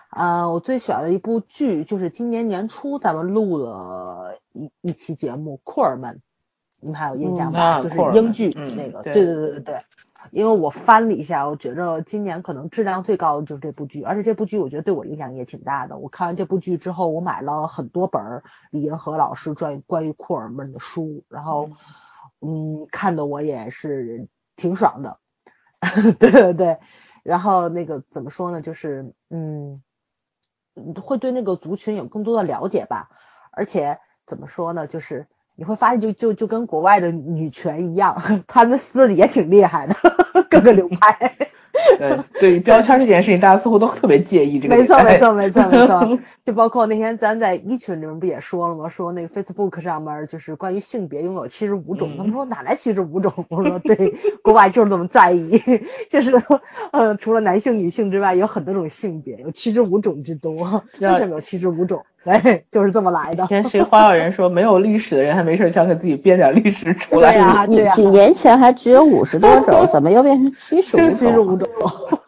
呃，我最喜欢的一部剧就是今年年初咱们录了一一期节目《库尔们》，你们还有印象吧？ 嗯、 就是英剧那个， 嗯、对对对对对对。因为我翻了一下，我觉着今年可能质量最高的就是这部剧，而且这部剧我觉得对我影响也挺大的。我看完这部剧之后，我买了很多本李银河老师关于关于库尔们的书，然后嗯，嗯看的我也是挺爽的。对对对，然后那个怎么说呢，就是嗯，会对那个族群有更多的了解吧，而且怎么说呢，就是你会发现就就就跟国外的女权一样，他们撕的也挺厉害的，各个流派。 对，对于标签这件事情，大家似乎都特别介意这个。 没错，没错，没错，没错。就包括那天咱在一群里面不也说了吗？说那个 Facebook 上面就是关于性别拥有七十五种，嗯、他们说哪来七十五种？我说对，国外就是这么在意，就是呃，除了男性、女性之外，有很多种性别，有七十五种之多。为什么有七十五种？对，就是这么来的。 以前谁花样人说没有历史的人还没事想给自己编点历史出来？ 对呀、啊，对呀、啊。 几年前还只有五十多种，怎么又变成七十五种？ 七十五种。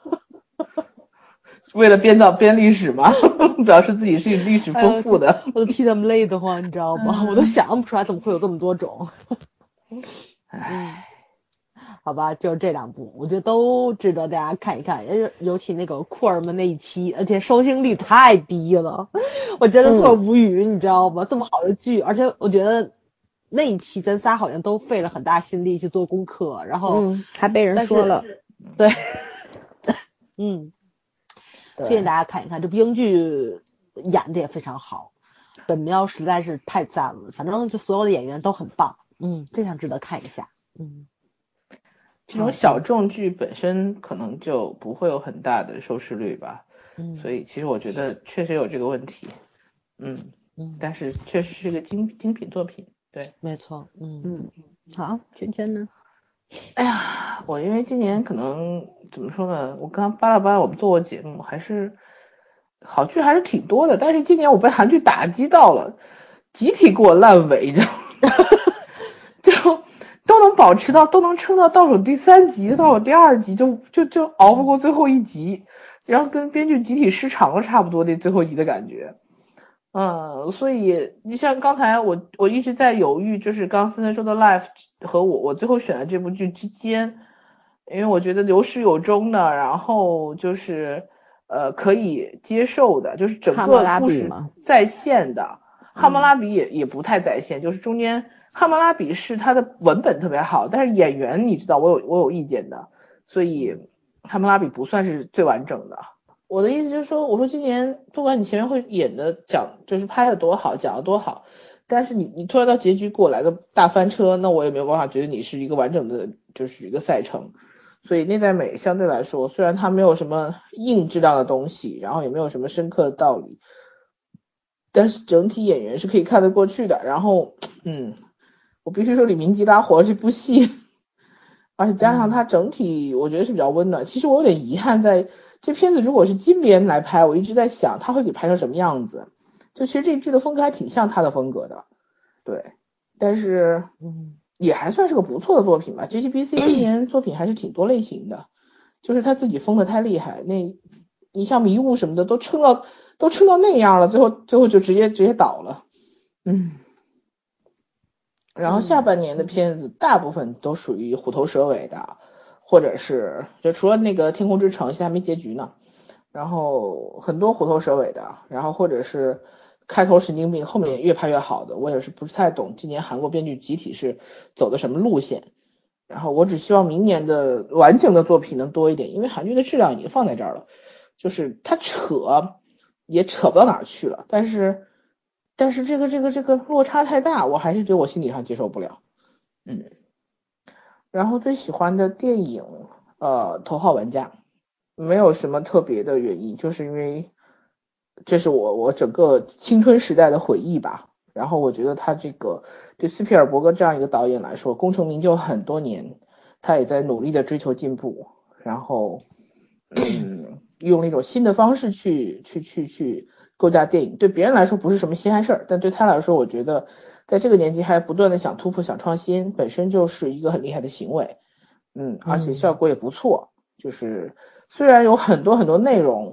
为了编造编历史吗？表示自己是历史丰富的。 哎、我都替他们累得慌，你知道吗？嗯、我都想不出来怎么会有这么多种。嗯，好吧，就是这两部，我觉得都值得大家看一看。尤其那个库尔们那一期，而且收听率太低了，我真的特无语，嗯、你知道吗？这么好的剧，而且我觉得那一期咱仨好像都费了很大心力去做功课，然后、 嗯、还被人说了， 对，嗯。推荐大家看一看这部英剧，演的也非常好，本喵实在是太赞了，反正就所有的演员都很棒，嗯，非常值得看一下，嗯。 这种小众剧本身可能就不会有很大的收视率吧，嗯，所以其实我觉得确实有这个问题，嗯嗯，但是确实是个精精品作品，对， 没错，嗯嗯，好，圈圈呢？ 哎呀，我因为今年可能怎么说呢，我刚巴拉巴拉我们做过节目，还是好剧还是挺多的，但是今年我被韩剧打击到了，集体给我烂尾，你知道吗？就都能保持到都能撑到倒数第三集，倒数第二集就就就熬不过最后一集，然后跟编剧集体失常了差不多那最后一集的感觉。嗯，所以你像刚才我我一直在犹豫，就是刚森森说的 Life 和我我最后选的这部剧之间，因为我觉得有始有终的，然后就是呃可以接受的，就是整个故事在线的。汉谟拉比也也不太在线，就是中间汉谟拉比是它的文本特别好，但是演员你知道我有我有意见的，所以汉谟拉比不算是最完整的。我的意思就是说，我说今年不管你前面会演的讲，就是拍的多好，讲的多好，但是你你突然到结局给我来个大翻车，那我也没有办法觉得你是一个完整的，就是一个赛程。所以内在美相对来说，虽然它没有什么硬质量的东西，然后也没有什么深刻的道理，但是整体演员是可以看得过去的。然后，嗯，我必须说李明基拉活这部戏，而且加上它整体我觉得是比较温暖。其实我有点遗憾在。这片子如果是金编来拍，我一直在想他会给拍成什么样子。就其实这剧的风格还挺像他的风格的，对。但是，嗯，也还算是个不错的作品吧。J G B C 今年作品还是挺多类型的，就是他自己疯的太厉害。那，你像迷雾什么的都撑到都撑到那样了，最后最后就直接直接倒了，嗯。然后下半年的片子大部分都属于虎头蛇尾的。或者是就除了那个天空之城现在还没结局呢，然后很多虎头蛇尾的，然后或者是开头神经病后面越拍越好的，我也是不是太懂今年韩国编剧集体是走的什么路线。然后我只希望明年的完整的作品能多一点，因为韩剧的质量已经放在这儿了，就是它扯也扯不到哪儿去了，但是但是这个这个这个落差太大，我还是觉得我心理上接受不了，嗯。然后最喜欢的电影，呃，头号玩家，没有什么特别的原因，就是因为这是我我整个青春时代的回忆吧。然后我觉得他这个对斯皮尔伯格这样一个导演来说，功成名就很多年，他也在努力的追求进步，然后嗯，用一种新的方式去去去去构架电影，对别人来说不是什么稀罕事儿，但对他来说，我觉得。在这个年纪还不断的想突破想创新，本身就是一个很厉害的行为，嗯，而且效果也不错，就是虽然有很多很多内容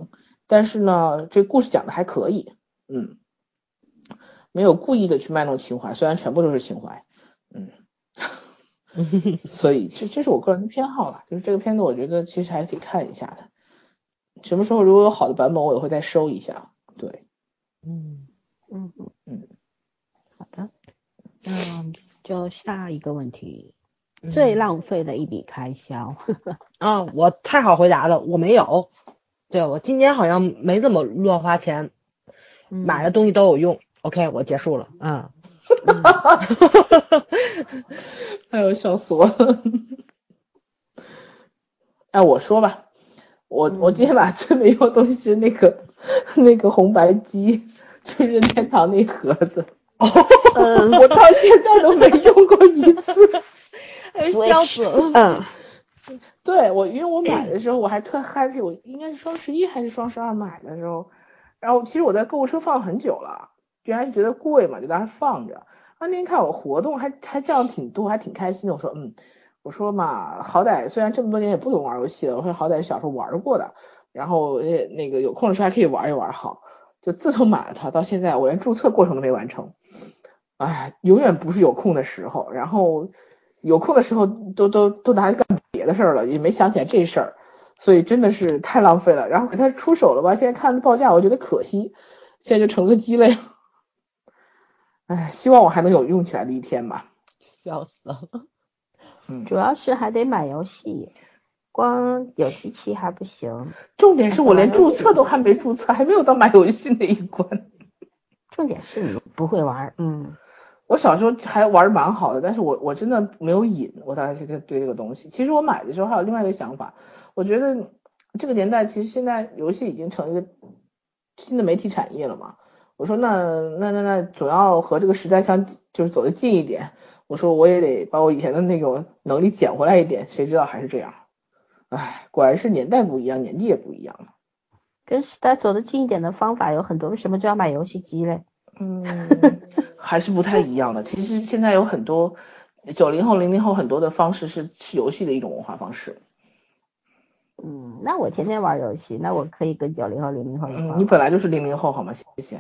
但是呢，这故事讲的还可以，嗯，没有故意的去卖弄情怀，虽然全部都是情怀，嗯，所以这这是我个人的偏好了，就是这个片子我觉得其实还是可以看一下的，什么时候如果有好的版本，我也会再收一下，对， 嗯嗯嗯，好的，嗯，就下一个问题，最浪费的一笔开销。 啊，我太好回答了，我没有。对，我今年好像没怎么乱花钱， 嗯、 买的东西都有用。OK， 我结束了。嗯， 哎呦，笑死我了。哎，我说吧，我我今天把最没用的东西是那个那个红白机，就是任天堂那盒子。哦，我到现在都没用过一次。 笑死了。 嗯。 对，我因为我买的时候我还特 happy，我应该是双十一还是双十二买的时候，然后其实我在购物车放了很久了，原来是觉得贵嘛，就当时放着。那天看我活动还还降挺多，还挺开心的。我说嗯，我说嘛，好歹虽然这么多年也不怎么玩游戏了，我说好歹小时候玩过的，然后也那个有空的时候还可以玩一玩好。就自从买了它到现在，我连注册过程都没完成，哎，永远不是有空的时候，然后有空的时候都都都拿着干别的事儿了，也没想起来这事儿，所以真的是太浪费了。然后给它出手了吧，现在看报价我觉得可惜，现在就成了个鸡肋。哎，希望我还能有用起来的一天吧。 笑死了。 嗯，主要是还得买游戏，光有机器还不行。 重点是我连注册都还没注册，还没有到买游戏那一关。 重点是你不会玩，嗯。 我小时候还玩蛮好的，但是我我真的没有瘾，我大概是对这个东西。其实我买的时候还有另外一个想法，我觉得这个年代其实现在游戏已经成一个新的媒体产业了嘛。我说那那那那总要和这个时代相就是走得近一点。我说我也得把我以前的那个能力捡回来一点，谁知道还是这样。唉，果然是年代不一样，年纪也不一样了。 跟时代走得近一点的方法有很多，为什么就要买游戏机嘞？ 嗯，还是不太一样的。其实现在有很多九零后、零零后很多的方式是是游戏的一种文化方式。 嗯，那我天天玩游戏，那我可以跟九零后、零零后一块。 嗯，你本来就是零零后好吗？谢谢。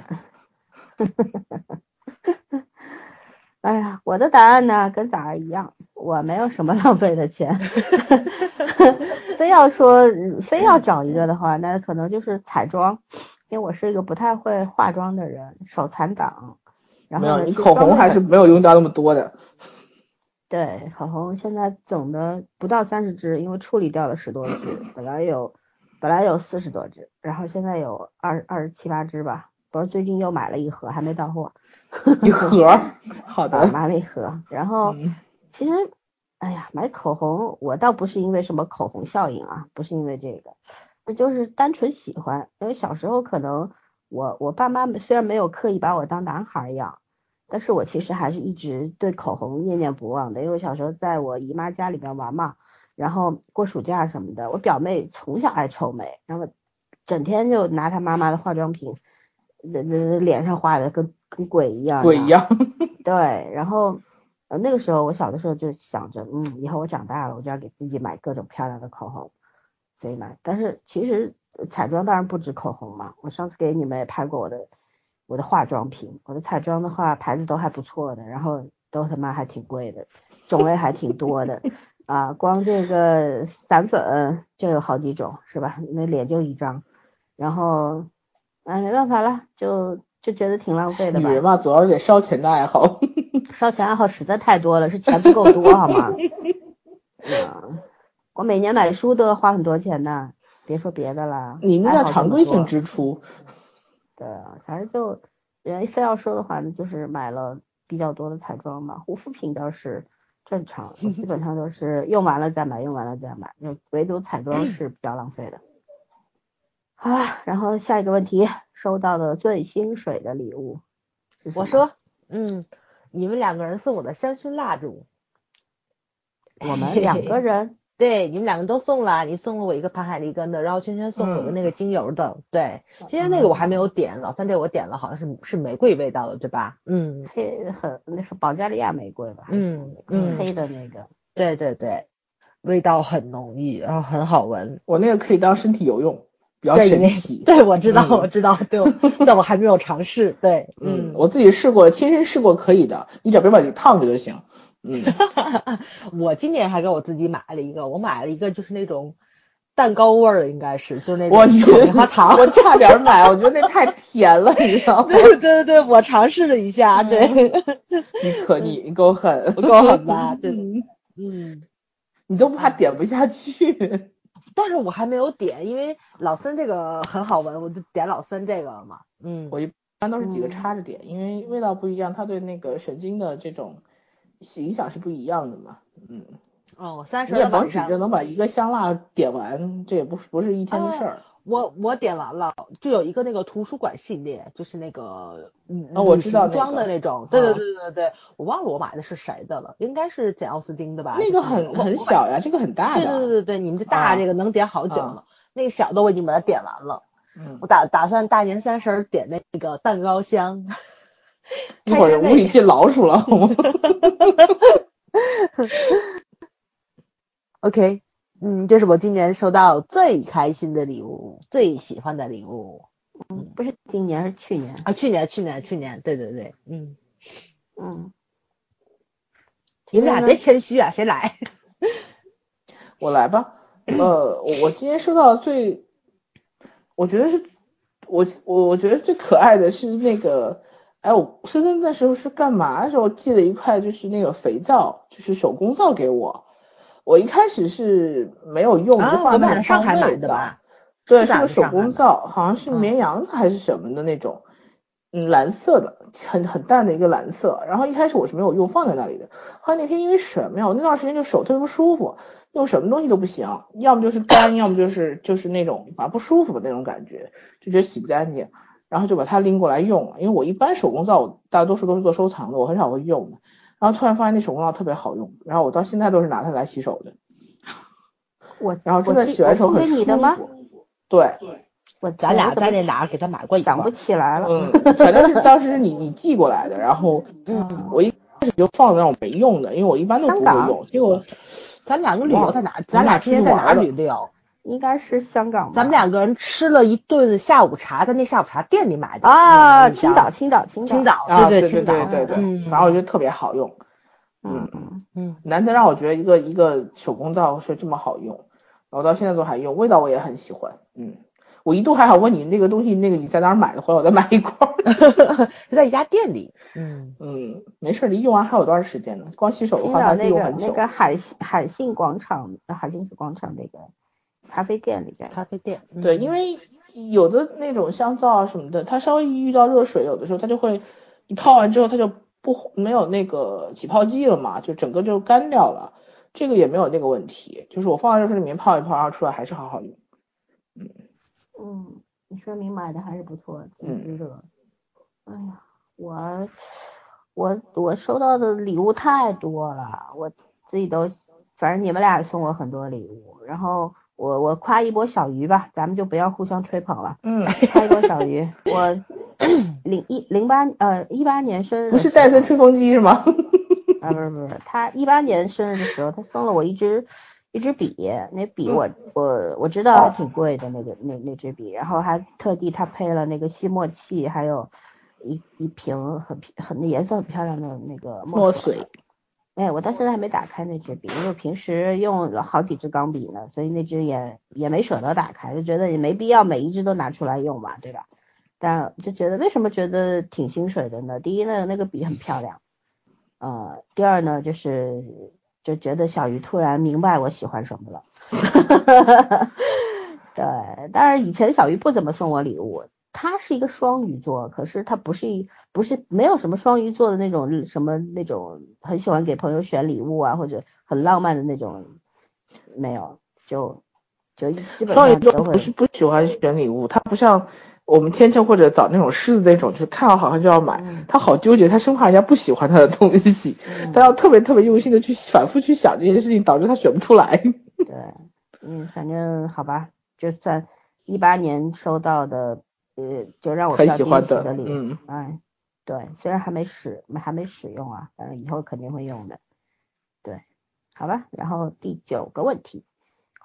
哎呀，我的答案呢跟早儿一样，我没有什么浪费的钱。非要说非要找一个的话，那可能就是彩妆，因为我是一个不太会化妆的人，手残党。然后没有，你口红还是没有用到那么多的。 对，口红现在总的不到三十支，因为处理掉了十多支，本来有本来有四十多支，然后现在有二二十七八支吧。不是最近又买了一盒，还没到货。 一盒，好的， 买了一盒。然后、嗯、其实，哎呀，买口红我倒不是因为什么口红效应啊，不是因为这个，我就是单纯喜欢。因为小时候可能我我爸妈虽然没有刻意把我当男孩养。但是我其实还是一直对口红念念不忘的，因为我小时候在我姨妈家里边玩嘛，然后过暑假什么的，我表妹从小爱臭美，然后整天就拿她妈妈的化妆品，脸上画的跟跟鬼一样， 鬼一样。 对，然后呃那个时候我小的时候就想着，嗯，以后我长大了，我就要给自己买各种漂亮的口红，所以买。但是其实彩妆当然不止口红嘛，我上次给你们也拍过我的。我的化妆品，我的彩妆的话牌子都还不错的，然后都他妈还挺贵的，种类还挺多的啊，光这个散粉就有好几种是吧？那脸就一张，然后哎没办法了，就就觉得挺浪费的吧。 女人嘛，总要有点烧钱的爱好。 烧钱爱好实在太多了，是钱不够多好吗？嗯，我每年买书都要花很多钱呢，别说别的了。 你那叫常规性支出。 对，反正就人非要说的话，那就是买了比较多的彩妆嘛。护肤品倒是正常，我基本上都是用完了再买，用完了再买，就唯独彩妆是比较浪费的。好啊，然后下一个问题，收到的最薪水的礼物是什么？ 我说，嗯，你们两个人送我的香薰蜡烛。 我们两个人。 对，你们两个都送了，你送了我一个盘海利根的，然后圈圈送我的那个精油的，嗯、对，今天那个我还没有点，老三这我点了，好像是是玫瑰味道的，对吧？嗯， 黑很那是保加利亚玫瑰吧？ 嗯嗯， 黑的那个， 对对对，味道很浓郁，然后很好闻。 我那个可以当身体油用， 比较神奇。 对，我知道，嗯、我知道，对，但我还没有尝试。对， 嗯，我自己试过，亲身试过，可以的，你只要别把你烫着就行。嗯， 我今年还给我自己买了一个，我买了一个就是那种蛋糕味儿的，应该是就那种草莓花糖。 我差点买，我觉得那太甜了，你知道吗？ 对对对对，我尝试了一下，对。 你可你你够狠， 够狠吧？对，嗯， 你都怕点不下去。 但是我还没有点，因为老森这个很好闻，我就点老森这个了嘛。嗯， 我一般都是几个插着点，嗯、因为味道不一样，它对那个神经的这种影响是不一样的嘛。嗯。 哦，三十你也甭指着能把一个香蜡点完，这也不不是一天的事儿。 啊、我我点完了，就有一个那个图书馆系列，就是那个嗯、 哦，我知道装的那种。对对对对对，我忘了我买的是谁的了，应该是简奥斯汀的吧？ 那个很很小呀，这个很大的。 对对对对对，你们这大这个能点好久了，啊、那个小的我已经把它点完了。 嗯， 我打打算大年三十点那个蛋糕香。 一会儿屋里进老鼠了。 OK， 嗯，这是我今年收到最开心的礼物，最喜欢的礼物。 嗯，不是今年，是去年啊，去年，去年，去年，对对对， 嗯嗯。 你们俩别谦虚啊，谁来？ 我来吧。呃，我今天收到最，我觉得是，我我我觉得最可爱的是那个，哎，我森森那时候是干嘛的时候寄了一块就是那个肥皂，就是手工皂给我。我一开始是没有用， 啊、 就放在上海买的吧？ 对，是个手工皂，好像是绵羊还是什么的那种，嗯，蓝色的，很很淡的一个蓝色。然后一开始我是没有用，放在那里的。后来那天因为什么呀？我那段时间就手特别不舒服，用什么东西都不行，要么就是干，要么就是就是那种反正不舒服的那种感觉，就觉得洗不干净，然后就把它拎过来用了。因为我一般手工皂大多数都是做收藏的，我很少会用的。然后突然发现那手工皂特别好用，然后我到现在都是拿它来洗手的。 我然后真的洗完手很舒服。对， 我咱俩在那哪给他买过一想不起来了。 嗯，反正是当时是你你寄过来的，然后嗯，我一开始就放在那我没用的，因为我一般都不会用。结果咱两个旅游在哪？咱俩今天在哪旅游？ 应该是香港吧。 咱们两个人吃了一顿下午茶，在那下午茶店里买的啊，青岛，青岛，青岛， 青岛， 对对对对对对， 嗯， 然后我觉得特别好用， 嗯嗯嗯，难得让我觉得一个一个手工皂是这么好用，我到现在都还用，味道我也很喜欢，嗯，我一度还好问你那个东西，那个你在哪儿买的，回来我再买一块， 是在一家店里， 嗯嗯，没事，离用完还有多长时间呢？光洗手的话， 它用很久。那个海海信广场，海信广场那个咖啡店里边， 咖啡店， 嗯、对，因为有的那种香皂啊什么的，它稍微遇到热水，有的时候它就会，你泡完之后它就不没有那个起泡剂了嘛，就整个就干掉了。这个也没有那个问题，就是我放在热水里面泡一泡，然后出来还是好好用。 嗯嗯，你说明买的还是不错，挺值得。嗯、哎呀，我我我收到的礼物太多了，我自己都，反正你们俩送我很多礼物，然后我我夸一波小鱼吧，咱们就不要互相吹捧了。 嗯， 夸一波小鱼，我零一零八呃一八年生日， 不是戴森吹风机是吗？ 啊，不是不是，他一八年生日的时候，他送了我一支一支笔，那笔我、嗯、我我知道还挺贵的那个那那支笔，然后还特地他配了那个吸墨器，还有一一瓶很很颜色很漂亮的那个墨水。哎，我到现在还没打开那支笔，因为我平时用了好几支钢笔呢，所以那支也也没舍得打开，就觉得也没必要每一支都拿出来用嘛，对吧？但就觉得为什么觉得挺心水的呢？第一呢，那个笔很漂亮。呃，第二呢，就是就觉得小鱼突然明白我喜欢什么了。对，当然以前小鱼不怎么送我礼物，他是一个双鱼座，可是他不是一不是没有什么双鱼座的那种什么那种很喜欢给朋友选礼物啊，或者很浪漫的那种，没有，就就基本上双鱼座不是不喜欢选礼物，他不像我们天秤或者找那种狮子那种，就是看到好像就要买， 嗯、 他好纠结，他生怕人家不喜欢他的东西， 嗯、 他要特别特别用心的去反复去想这件事情，导致他选不出来。 对，嗯，反正好吧，就算一八年收到的，呃，就让我比较惊喜的礼物， 嗯， 哎，对，虽然还没使还没使用啊，反正以后肯定会用的，对，好吧，然后第九个问题。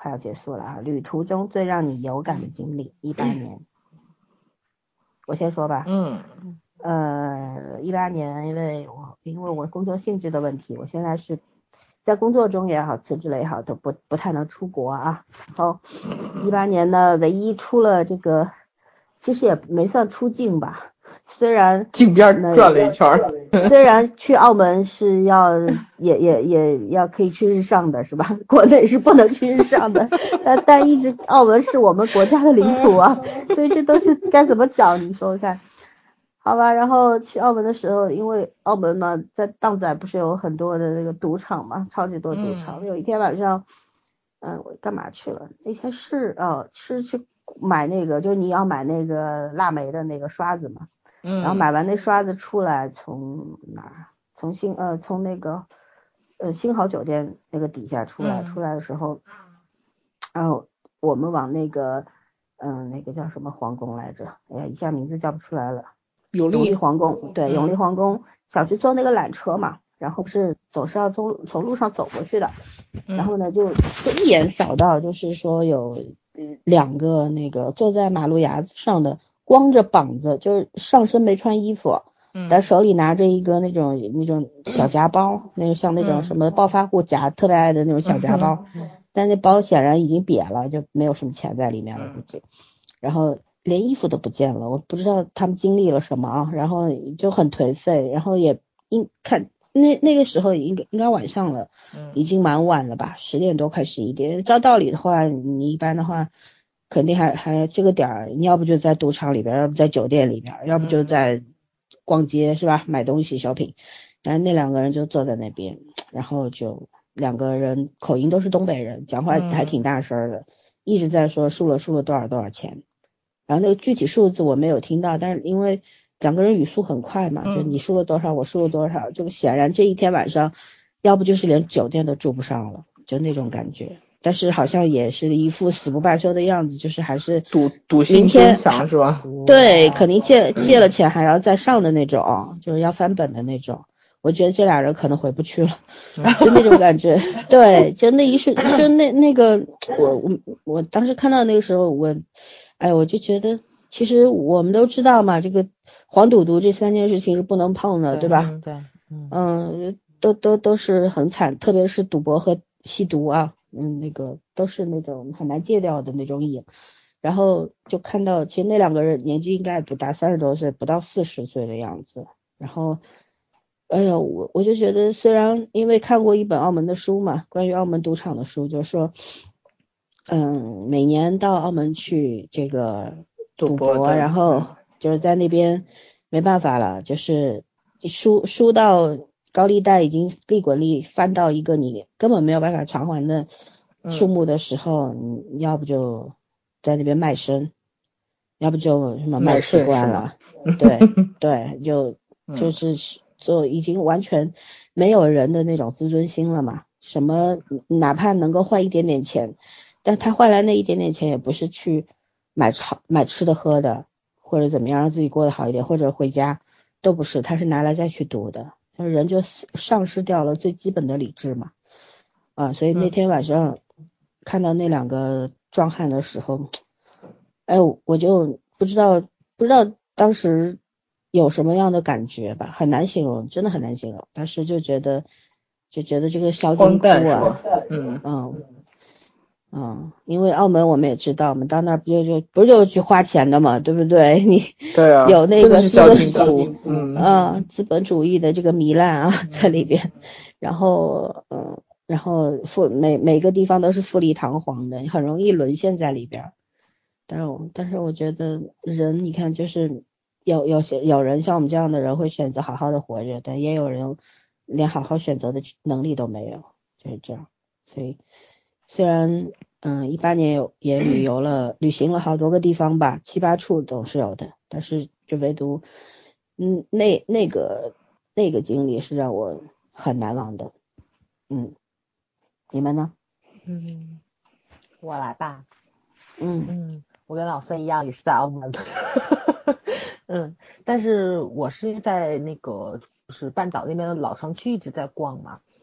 快要结束了啊。旅途中最让你有感的经历，一八年，我先说吧。 嗯， 呃，一八年，因为我因为我工作性质的问题，我现在是在工作中也好，辞职了也好，都不不太能出国啊。然后一八年呢，唯一出了这个，其实也没算出境吧。虽然境边转了一圈， 虽然去澳门是要也也也要可以去日上的是吧？国内是不能去日上的，但但一直澳门是我们国家的领土啊，所以这东西该怎么讲？你说说看，好吧？然后去澳门的时候，因为澳门嘛，在荡仔不是有很多的那个赌场嘛，超级多赌场。嗯、有一天晚上，嗯、呃，我干嘛去了？那天是哦，是去买那个，就是你要买那个腊梅的那个刷子嘛。然后买完那刷子出来，从哪儿？从新呃从那个呃星豪酒店那个底下出来，嗯、出来的时候，然后我们往那个嗯、呃、那个叫什么皇宫来着？哎呀，一下名字叫不出来了。 永利皇宫，对，永利皇宫，想去坐那个缆车嘛，然后是总是要从从路上走过去的，然后呢就就一眼扫到，就是说有两个那个坐在马路牙子上的。光着膀子，就是上身没穿衣服，嗯，但手里拿着一个那种那种小夹包，那种像那种什么暴发户夹特别爱的那种小夹包，嗯、但那包显然已经瘪了，就没有什么钱在里面了估计，然后连衣服都不见了，我不知道他们经历了什么啊，然后就很颓废，然后也应看那那个时候应该应该晚上了，已经蛮晚了吧，十点多快十一点，照道理的话，你一般的话。肯定还还这个点儿，你要不就在赌场里边，要不在酒店里边，要不就在逛街是吧？买东西 shopping。但是那两个人就坐在那边，然后就两个人口音都是东北人，讲话还挺大声的，嗯、一直在说输了输了多少多少钱。然后那个具体数字我没有听到，但是因为两个人语速很快嘛，就你输了多少，我输了多少，就显然这一天晚上，要不就是连酒店都住不上了，就那种感觉。但是好像也是一副死不罢休的样子，就是还是赌赌性坚强是吧？ 对，肯定借借了钱还要再上的那种，就是要翻本的那种。我觉得这俩人可能回不去了，就那种感觉。对，就那一瞬，就那那个，我我我当时看到那个时候，我，哎，我就觉得，其实我们都知道嘛，这个黄赌毒这三件事情是不能碰的， 对, 对吧？ 嗯，对，嗯， 嗯，都都都是很惨，特别是赌博和吸毒啊。嗯，那个都是那种很难戒掉的那种瘾，然后就看到其实那两个人年纪应该不大，三十多岁，不到四十岁的样子。然后，哎呀，我我就觉得，虽然因为看过一本澳门的书嘛，关于澳门赌场的书，就是说，嗯，每年到澳门去这个赌博，然后就是在那边没办法了，就是输输到。高利贷已经利滚利翻到一个你根本没有办法偿还的数目的时候，嗯、你要不就在那边卖身，要不就什么卖器官了，对对，就就是就已经完全没有人的那种自尊心了嘛。什么哪怕能够换一点点钱，但他换来那一点点钱也不是去买炒买吃的喝的，或者怎么样让自己过得好一点，或者回家都不是，他是拿来再去赌的。人就丧失掉了最基本的理智嘛，啊，所以那天晚上看到那两个壮汉的时候，哎，我就不知道不知道当时有什么样的感觉吧，很难形容，真的很难形容。当时就觉得就觉得这个小金库啊，嗯嗯嗯，因为澳门我们也知道，我们到那儿不就就不是就去花钱的嘛，对不对？你对啊， 有那个资本主义， 嗯啊，资本主义的这个糜烂啊在里边，然后嗯，然后富每每个地方都是富丽堂皇的，很容易沦陷在里边。但是我但是我觉得人，你看就是有有些有人像我们这样的人会选择好好的活着，但也有人连好好选择的能力都没有，就是这样，所以。虽然嗯一八年有也旅游了旅行了好多个地方吧，七八处都是有的，但是就唯独嗯那那个那个经历是让我很难忘的。嗯，你们呢？ 嗯，我来吧。 嗯嗯，我跟老孙一样也是在澳门的。嗯，但是我是在那个就是半岛那边的老城区一直在逛嘛。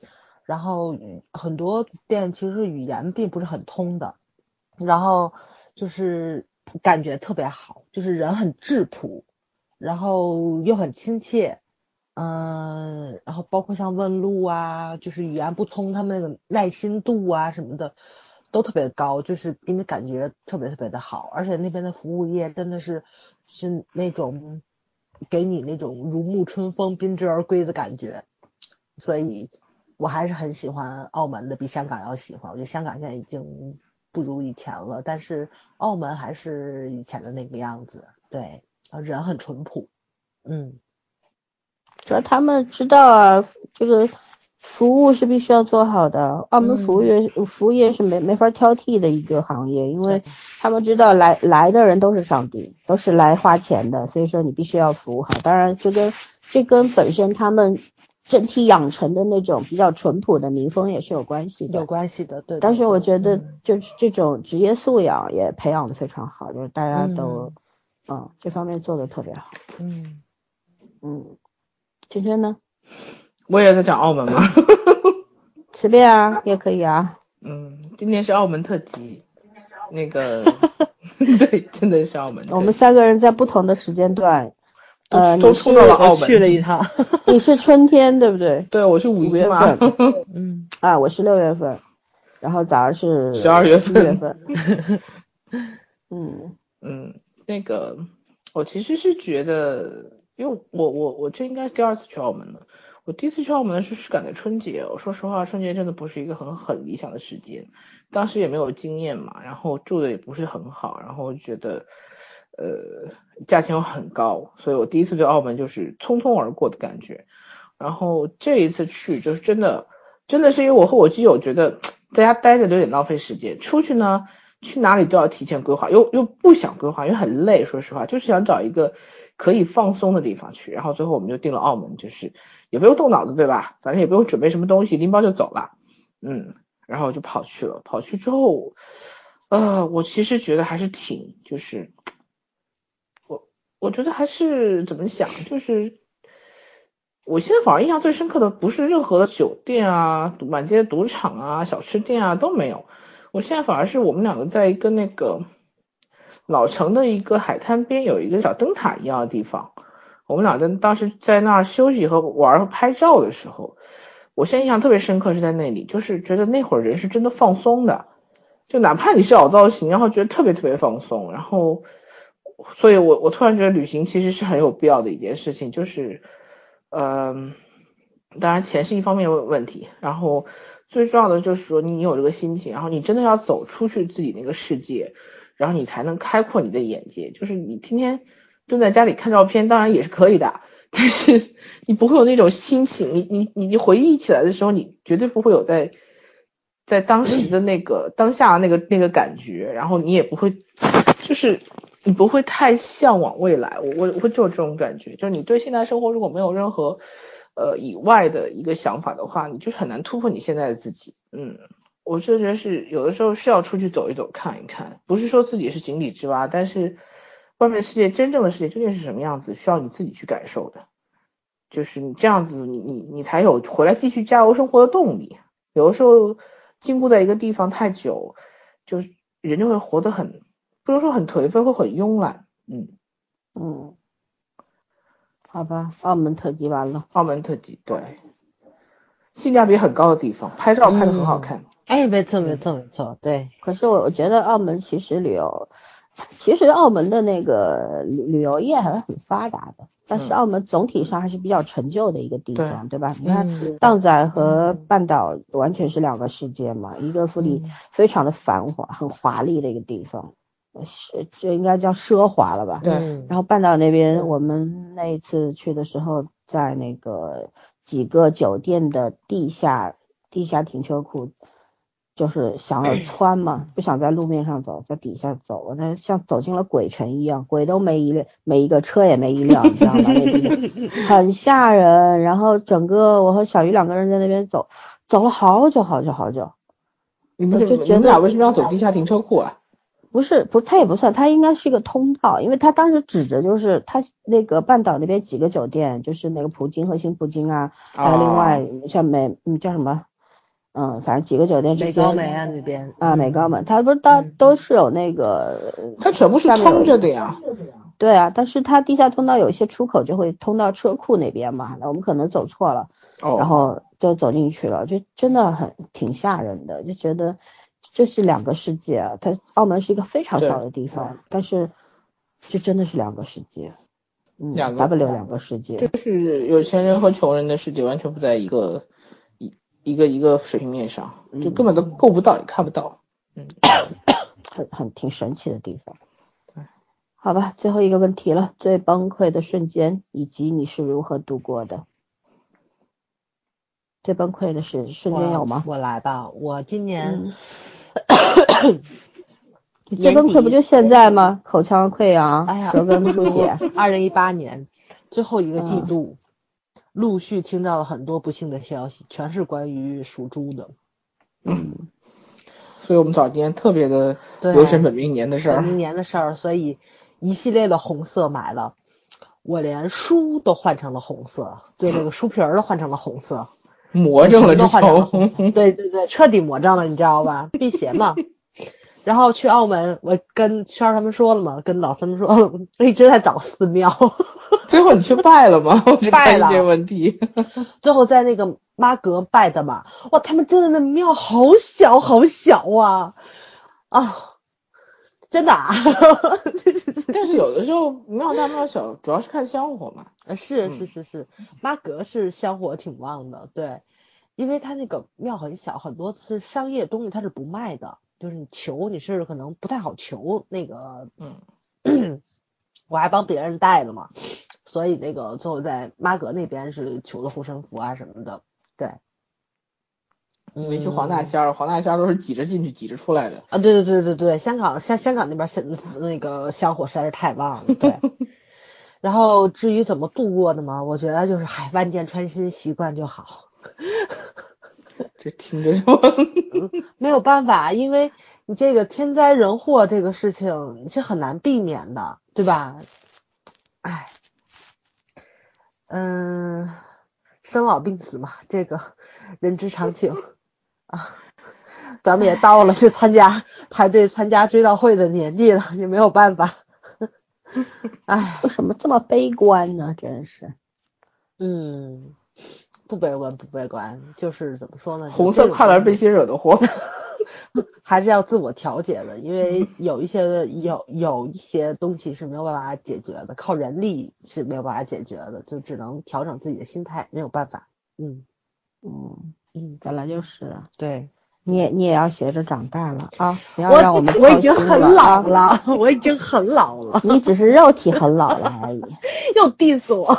然后很多店其实语言并不是很通的，然后就是感觉特别好，就是人很质朴，然后又很亲切，嗯，然后包括像问路啊，就是语言不通，他们那个耐心度啊什么的都特别高，就是给你感觉特别特别的好，而且那边的服务业真的是是那种给你那种如沐春风宾至而归的感觉，所以我还是很喜欢澳门的，比香港要喜欢。我觉得香港现在已经不如以前了，但是澳门还是以前的那个样子，对，人很淳朴，嗯， 主要他们知道啊，这个服务是必须要做好的。澳门服务业、嗯、服务业是没没法挑剔的一个行业，因为他们知道来来的人都是上帝，都是来花钱的，所以说你必须要服务好。当然，这跟这跟本身他们整体养成的那种比较淳朴的民风也是有关系的， 有关系的，对。 但是我觉得就是这种职业素养也培养的非常好，就是大家都嗯, 嗯这方面做的特别好。 嗯嗯，圈圈呢？ 我也在讲澳门嘛， 随便啊，也可以啊。 嗯，今天是澳门特辑，那个对，真的是澳门特辑。 我们三个人在不同的时间段。呃， 都冲到了澳门， 去了一趟。 你是春天对不对？ 对，我是五月份。 嗯，啊，我是六月份，然后早上是十二月份。 月份。嗯嗯，那个，我其实是觉得，因为我我我这应该是第二次去澳门了。我第一次去澳门的时候是赶在春节，我说实话，春节真的不是一个很很理想的时间，当时也没有经验嘛，然后住的也不是很好，然后觉得。呃，价钱又很高，所以我第一次对澳门就是匆匆而过的感觉。然后这一次去就是真的，真的是因为我和我基友觉得在家待着有点浪费时间，出去呢去哪里都要提前规划，又又不想规划，因为很累，说实话，就是想找一个可以放松的地方去。然后最后我们就定了澳门，就是也不用动脑子，对吧？反正也不用准备什么东西，拎包就走了。嗯，然后就跑去了，跑去之后，呃，我其实觉得还是挺就是。我觉得还是怎么想，就是我现在反而印象最深刻的不是任何的酒店啊、满街赌场啊、小吃店啊都没有。我现在反而是我们两个在一个那个老城的一个海滩边有一个小灯塔一样的地方，我们俩在当时在那儿休息和玩和拍照的时候，我现在印象特别深刻是在那里，就是觉得那会儿人是真的放松的，就哪怕你是老造型，然后觉得特别特别放松，然后。所以我我突然觉得旅行其实是很有必要的一件事情，就是嗯、呃，当然钱是一方面问题，然后最重要的就是说你有这个心情，然后你真的要走出去自己那个世界，然后你才能开阔你的眼界。就是你天天蹲在家里看照片当然也是可以的，但是你不会有那种心情，你你你回忆起来的时候，你绝对不会有在在当时的那个当下那个那个感觉，然后你也不会就是你不会太向往未来，我我我会就有这种感觉，就是你对现在生活如果没有任何呃以外的一个想法的话，你就是很难突破你现在的自己。嗯，我是觉得是有的时候是要出去走一走看一看，不是说自己是井底之蛙，但是外面的世界真正的世界究竟是什么样子，需要你自己去感受的。就是你这样子，你你你才有回来继续加油生活的动力。有的时候禁锢在一个地方太久，就是人就会活得很。不能说很颓废，会很慵懒。嗯嗯，好吧，澳门特辑完了。 澳门特辑，对，性价比很高的地方，拍照拍得很好看。 嗯、哎，没错没错没错，对。 可是我我觉得澳门其实旅游，其实澳门的那个旅旅游业还是很发达的，但是澳门总体上还是比较陈旧的一个地方，嗯、对吧？你看荡仔和半岛完全是两个世界嘛，嗯、一个府里非常的繁华、很华丽的一个地方。是，这应该叫奢华了吧？ 对。 然后半岛那边，我们那一次去的时候，在那个几个酒店的地下地下停车库，就是想要穿嘛，不想在路面上走，在底下走，我那像走进了鬼城一样，鬼都没一辆，没一个车也没一辆，你知道吗？那很吓人。然后整个我和小鱼两个人在那边走，走了好久好久好久。 你们就你们俩为什么要走地下停车库啊？ 不是，不，它也不算，它应该是一个通道，因为它当时指着就是它那个半岛那边几个酒店，就是那个葡京和新葡京啊，还有另外像美嗯叫什么嗯，反正几个酒店之间。 美高梅啊那边啊，美高梅，它不是它都是有那个， 它全部是通着的呀。 对啊，但是它地下通道有一些出口就会通到车库那边嘛，那我们可能走错了， 哦， 然后就走进去了，就真的很挺吓人的，就觉得这是两个世界啊。它澳门是一个非常小的地方，但是这真的是两个世界，嗯， 两个 W 两个世界， 就是有钱人和穷人的世界完全不在一个一一个一个水平面上，就根本都够不到也看不到，嗯， 很很挺神奇的地方。好吧，最后一个问题了，最崩溃的瞬间以及你是如何度过的？最崩溃的是瞬间有吗？ 我, 我来吧，我今年、 嗯、最崩溃不就现在吗？口腔溃疡，哎呀，舌根出血。 二零一八年最后一个季度、嗯，陆续听到了很多不幸的消息，全是关于属猪的。 嗯，所以我们找今天特别的留神本命年的事儿。 本命年的事儿，所以一系列的红色买了，我连书都换成了红色，对，那个书皮儿都换成了红色。 魔怔了这球， 对对对，彻底魔怔了，你知道吧？辟邪嘛。然后去澳门，我跟圈他们说了嘛，跟老三们说了，我一直在找寺庙。 最后你去拜了吗？我拜了。 一些问题。 最后在那个妈阁拜的嘛，哇，他们真的那庙好小好小啊啊！真的啊。 但是有的时候庙大庙小主要是看香火嘛。 是是是是，妈阁是香火挺旺的，对，因为它那个庙很小，很多是商业东西它是不卖的，就是你求你是可能不太好求那个，嗯，我还帮别人带了嘛，所以那个最后在妈阁那边是求的护身符啊什么的，对。 因为去黄大仙儿，黄大仙儿都是挤着进去挤着出来的啊，对对对对对，香港香香港那边香那个香火实在是太旺了，对。然后至于怎么度过的嘛，我觉得就是海万箭穿心，习惯就好。 这听着说、 嗯，没有办法，因为你这个天灾人祸这个事情你是很难避免的，对吧？哎，嗯，生老病死嘛，这个人之常情啊。咱们也到了去参加排队参加追悼会的年纪了，也没有办法。哎， 为什么这么悲观呢？真是。 嗯，不悲观不悲观，就是怎么说呢？ 红色快乐被心惹的祸， 还是要自我调节的，因为有一些有有一些东西是没有办法解决的，靠人力是没有办法解决的，就只能调整自己的心态，没有办法。嗯嗯嗯，本来就是。 对。 你也你也要学着长大了啊！不要让我们我已经很老了，我已经很老了。 你只是肉体很老了而已。 又 diss 我。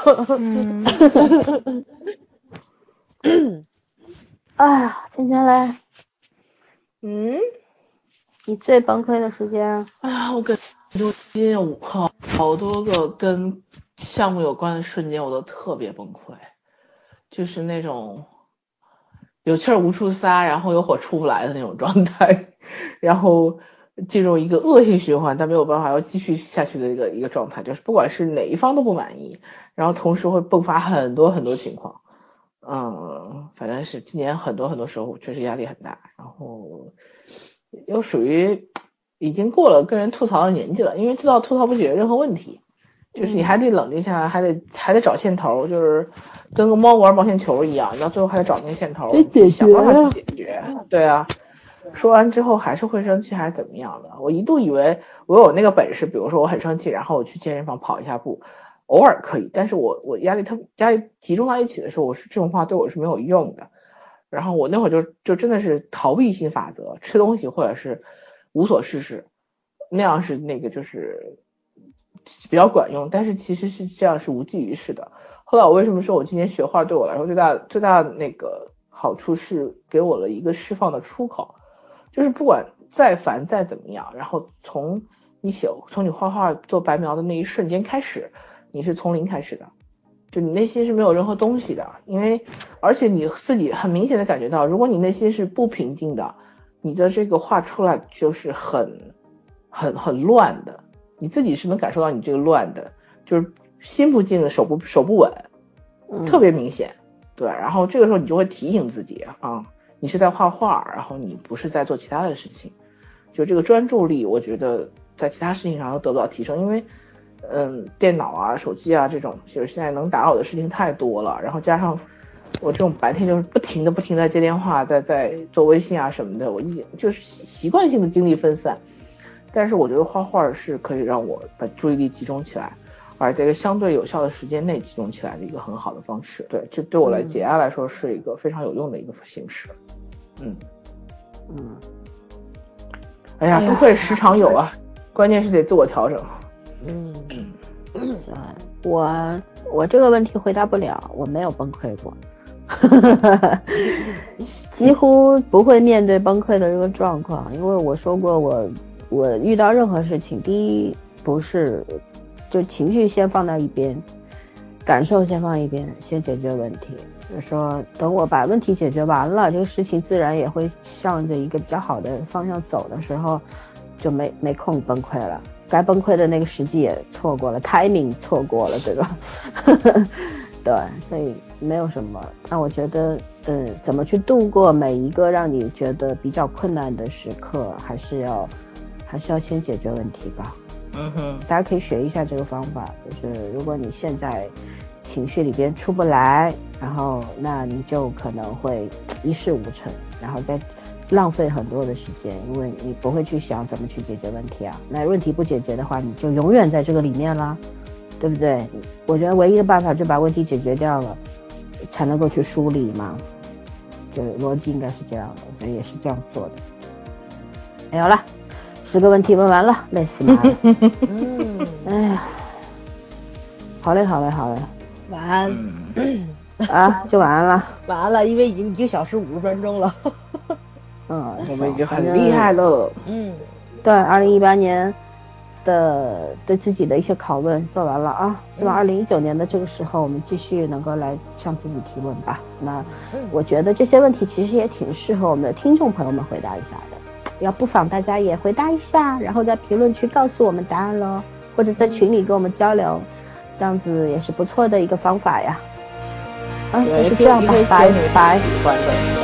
嗯。哎呀，今天来， 嗯， 你最崩溃的时间？ 哎呀，我感觉今天有好好多个跟项目有关的瞬间，我都特别崩溃，就是那种。有气儿无处撒，然后有火出不来的那种状态，然后进入一个恶性循环，但没有办法要继续下去的一个一个状态，就是不管是哪一方都不满意，然后同时会迸发很多很多情况，嗯，反正是今年很多很多时候确实压力很大，然后又属于已经过了跟人吐槽的年纪了，因为知道吐槽不解决任何问题。就是你还得冷静下来，还得还得找线头，就是跟个猫玩毛线球一样，到最后还得找那个线头，想办法去解决。对啊，说完之后还是会生气，还是怎么样的？我一度以为我有那个本事，比如说我很生气，然后我去健身房跑一下步，偶尔可以，但是我我压力特压力集中到一起的时候，我是这种话对我是没有用的。然后我那会儿就就真的是逃避性法则，吃东西或者是无所事事，那样是那个就是。比较管用，但是其实是这样是无济于事的。后来我为什么说我今天学画对我来说最大最大那个好处是给我了一个释放的出口，就是不管再烦再怎么样，然后从你写从你画画做白描的那一瞬间开始，你是从零开始的，就你内心是没有任何东西的，因为而且你自己很明显的感觉到，如果你内心是不平静的，你的这个画出来就是很很很乱的。你自己是能感受到你这个乱的，就是心不静的手不手不稳，特别明显。对，然后这个时候你就会提醒自己啊， 你是在画画，然后你不是在做其他的事情，就这个专注力，我觉得在其他事情上都得不到提升，因为，嗯，电脑啊、手机啊这种，就是现在能打扰的事情太多了，然后加上我这种白天就是不停的、不停的接电话，在在做微信啊什么的，我一就是习惯性的精力分散。但是我觉得画画是可以让我把注意力集中起来，而在一个相对有效的时间内集中起来的一个很好的方式。对，这对我来解压来说是一个非常有用的一个形式。嗯嗯，哎呀，不愧时常有啊，关键是得自我调整。 嗯嗯，我我这个问题回答不了，我没有崩溃过。几乎不会面对崩溃的这个状况，因为我说过我我遇到任何事情，第一不是就情绪先放到一边，感受先放一边，先解决问题。就是说等我把问题解决完了，这个事情自然也会向着一个比较好的方向走的时候，就没没空崩溃了，该崩溃的那个时机也错过了 timing 错过了，对吧？对，所以没有什么。但我觉得嗯，怎么去度过每一个让你觉得比较困难的时刻，还是要还是要先解决问题吧。 嗯哼， 大家可以学一下这个方法，就是如果你现在情绪里边出不来，然后那你就可能会一事无成，然后再浪费很多的时间，因为你不会去想怎么去解决问题啊。那问题不解决的话，你就永远在这个里面啦，对不对？我觉得唯一的办法就把问题解决掉了，才能够去梳理嘛，就是逻辑应该是这样的，所以也是这样做的。没有了，十个问题问完了，累死妈了。嗯，哎呀，好嘞，好嘞，好嘞， 晚安。 啊，就晚安了。 晚安了，因为已经一个小时五十分钟了。 嗯， 我们已经很厉害了。 嗯， 对，二零一八年的对自己的一些拷问做完了啊，希望二零一九年的这个时候我们继续能够来向自己提问吧。那我觉得这些问题其实也挺适合我们的听众朋友们回答一下的，要不妨大家也回答一下，然后在评论区告诉我们答案咯，或者在群里跟我们交流，这样子也是不错的一个方法呀。啊，就这样吧，拜拜。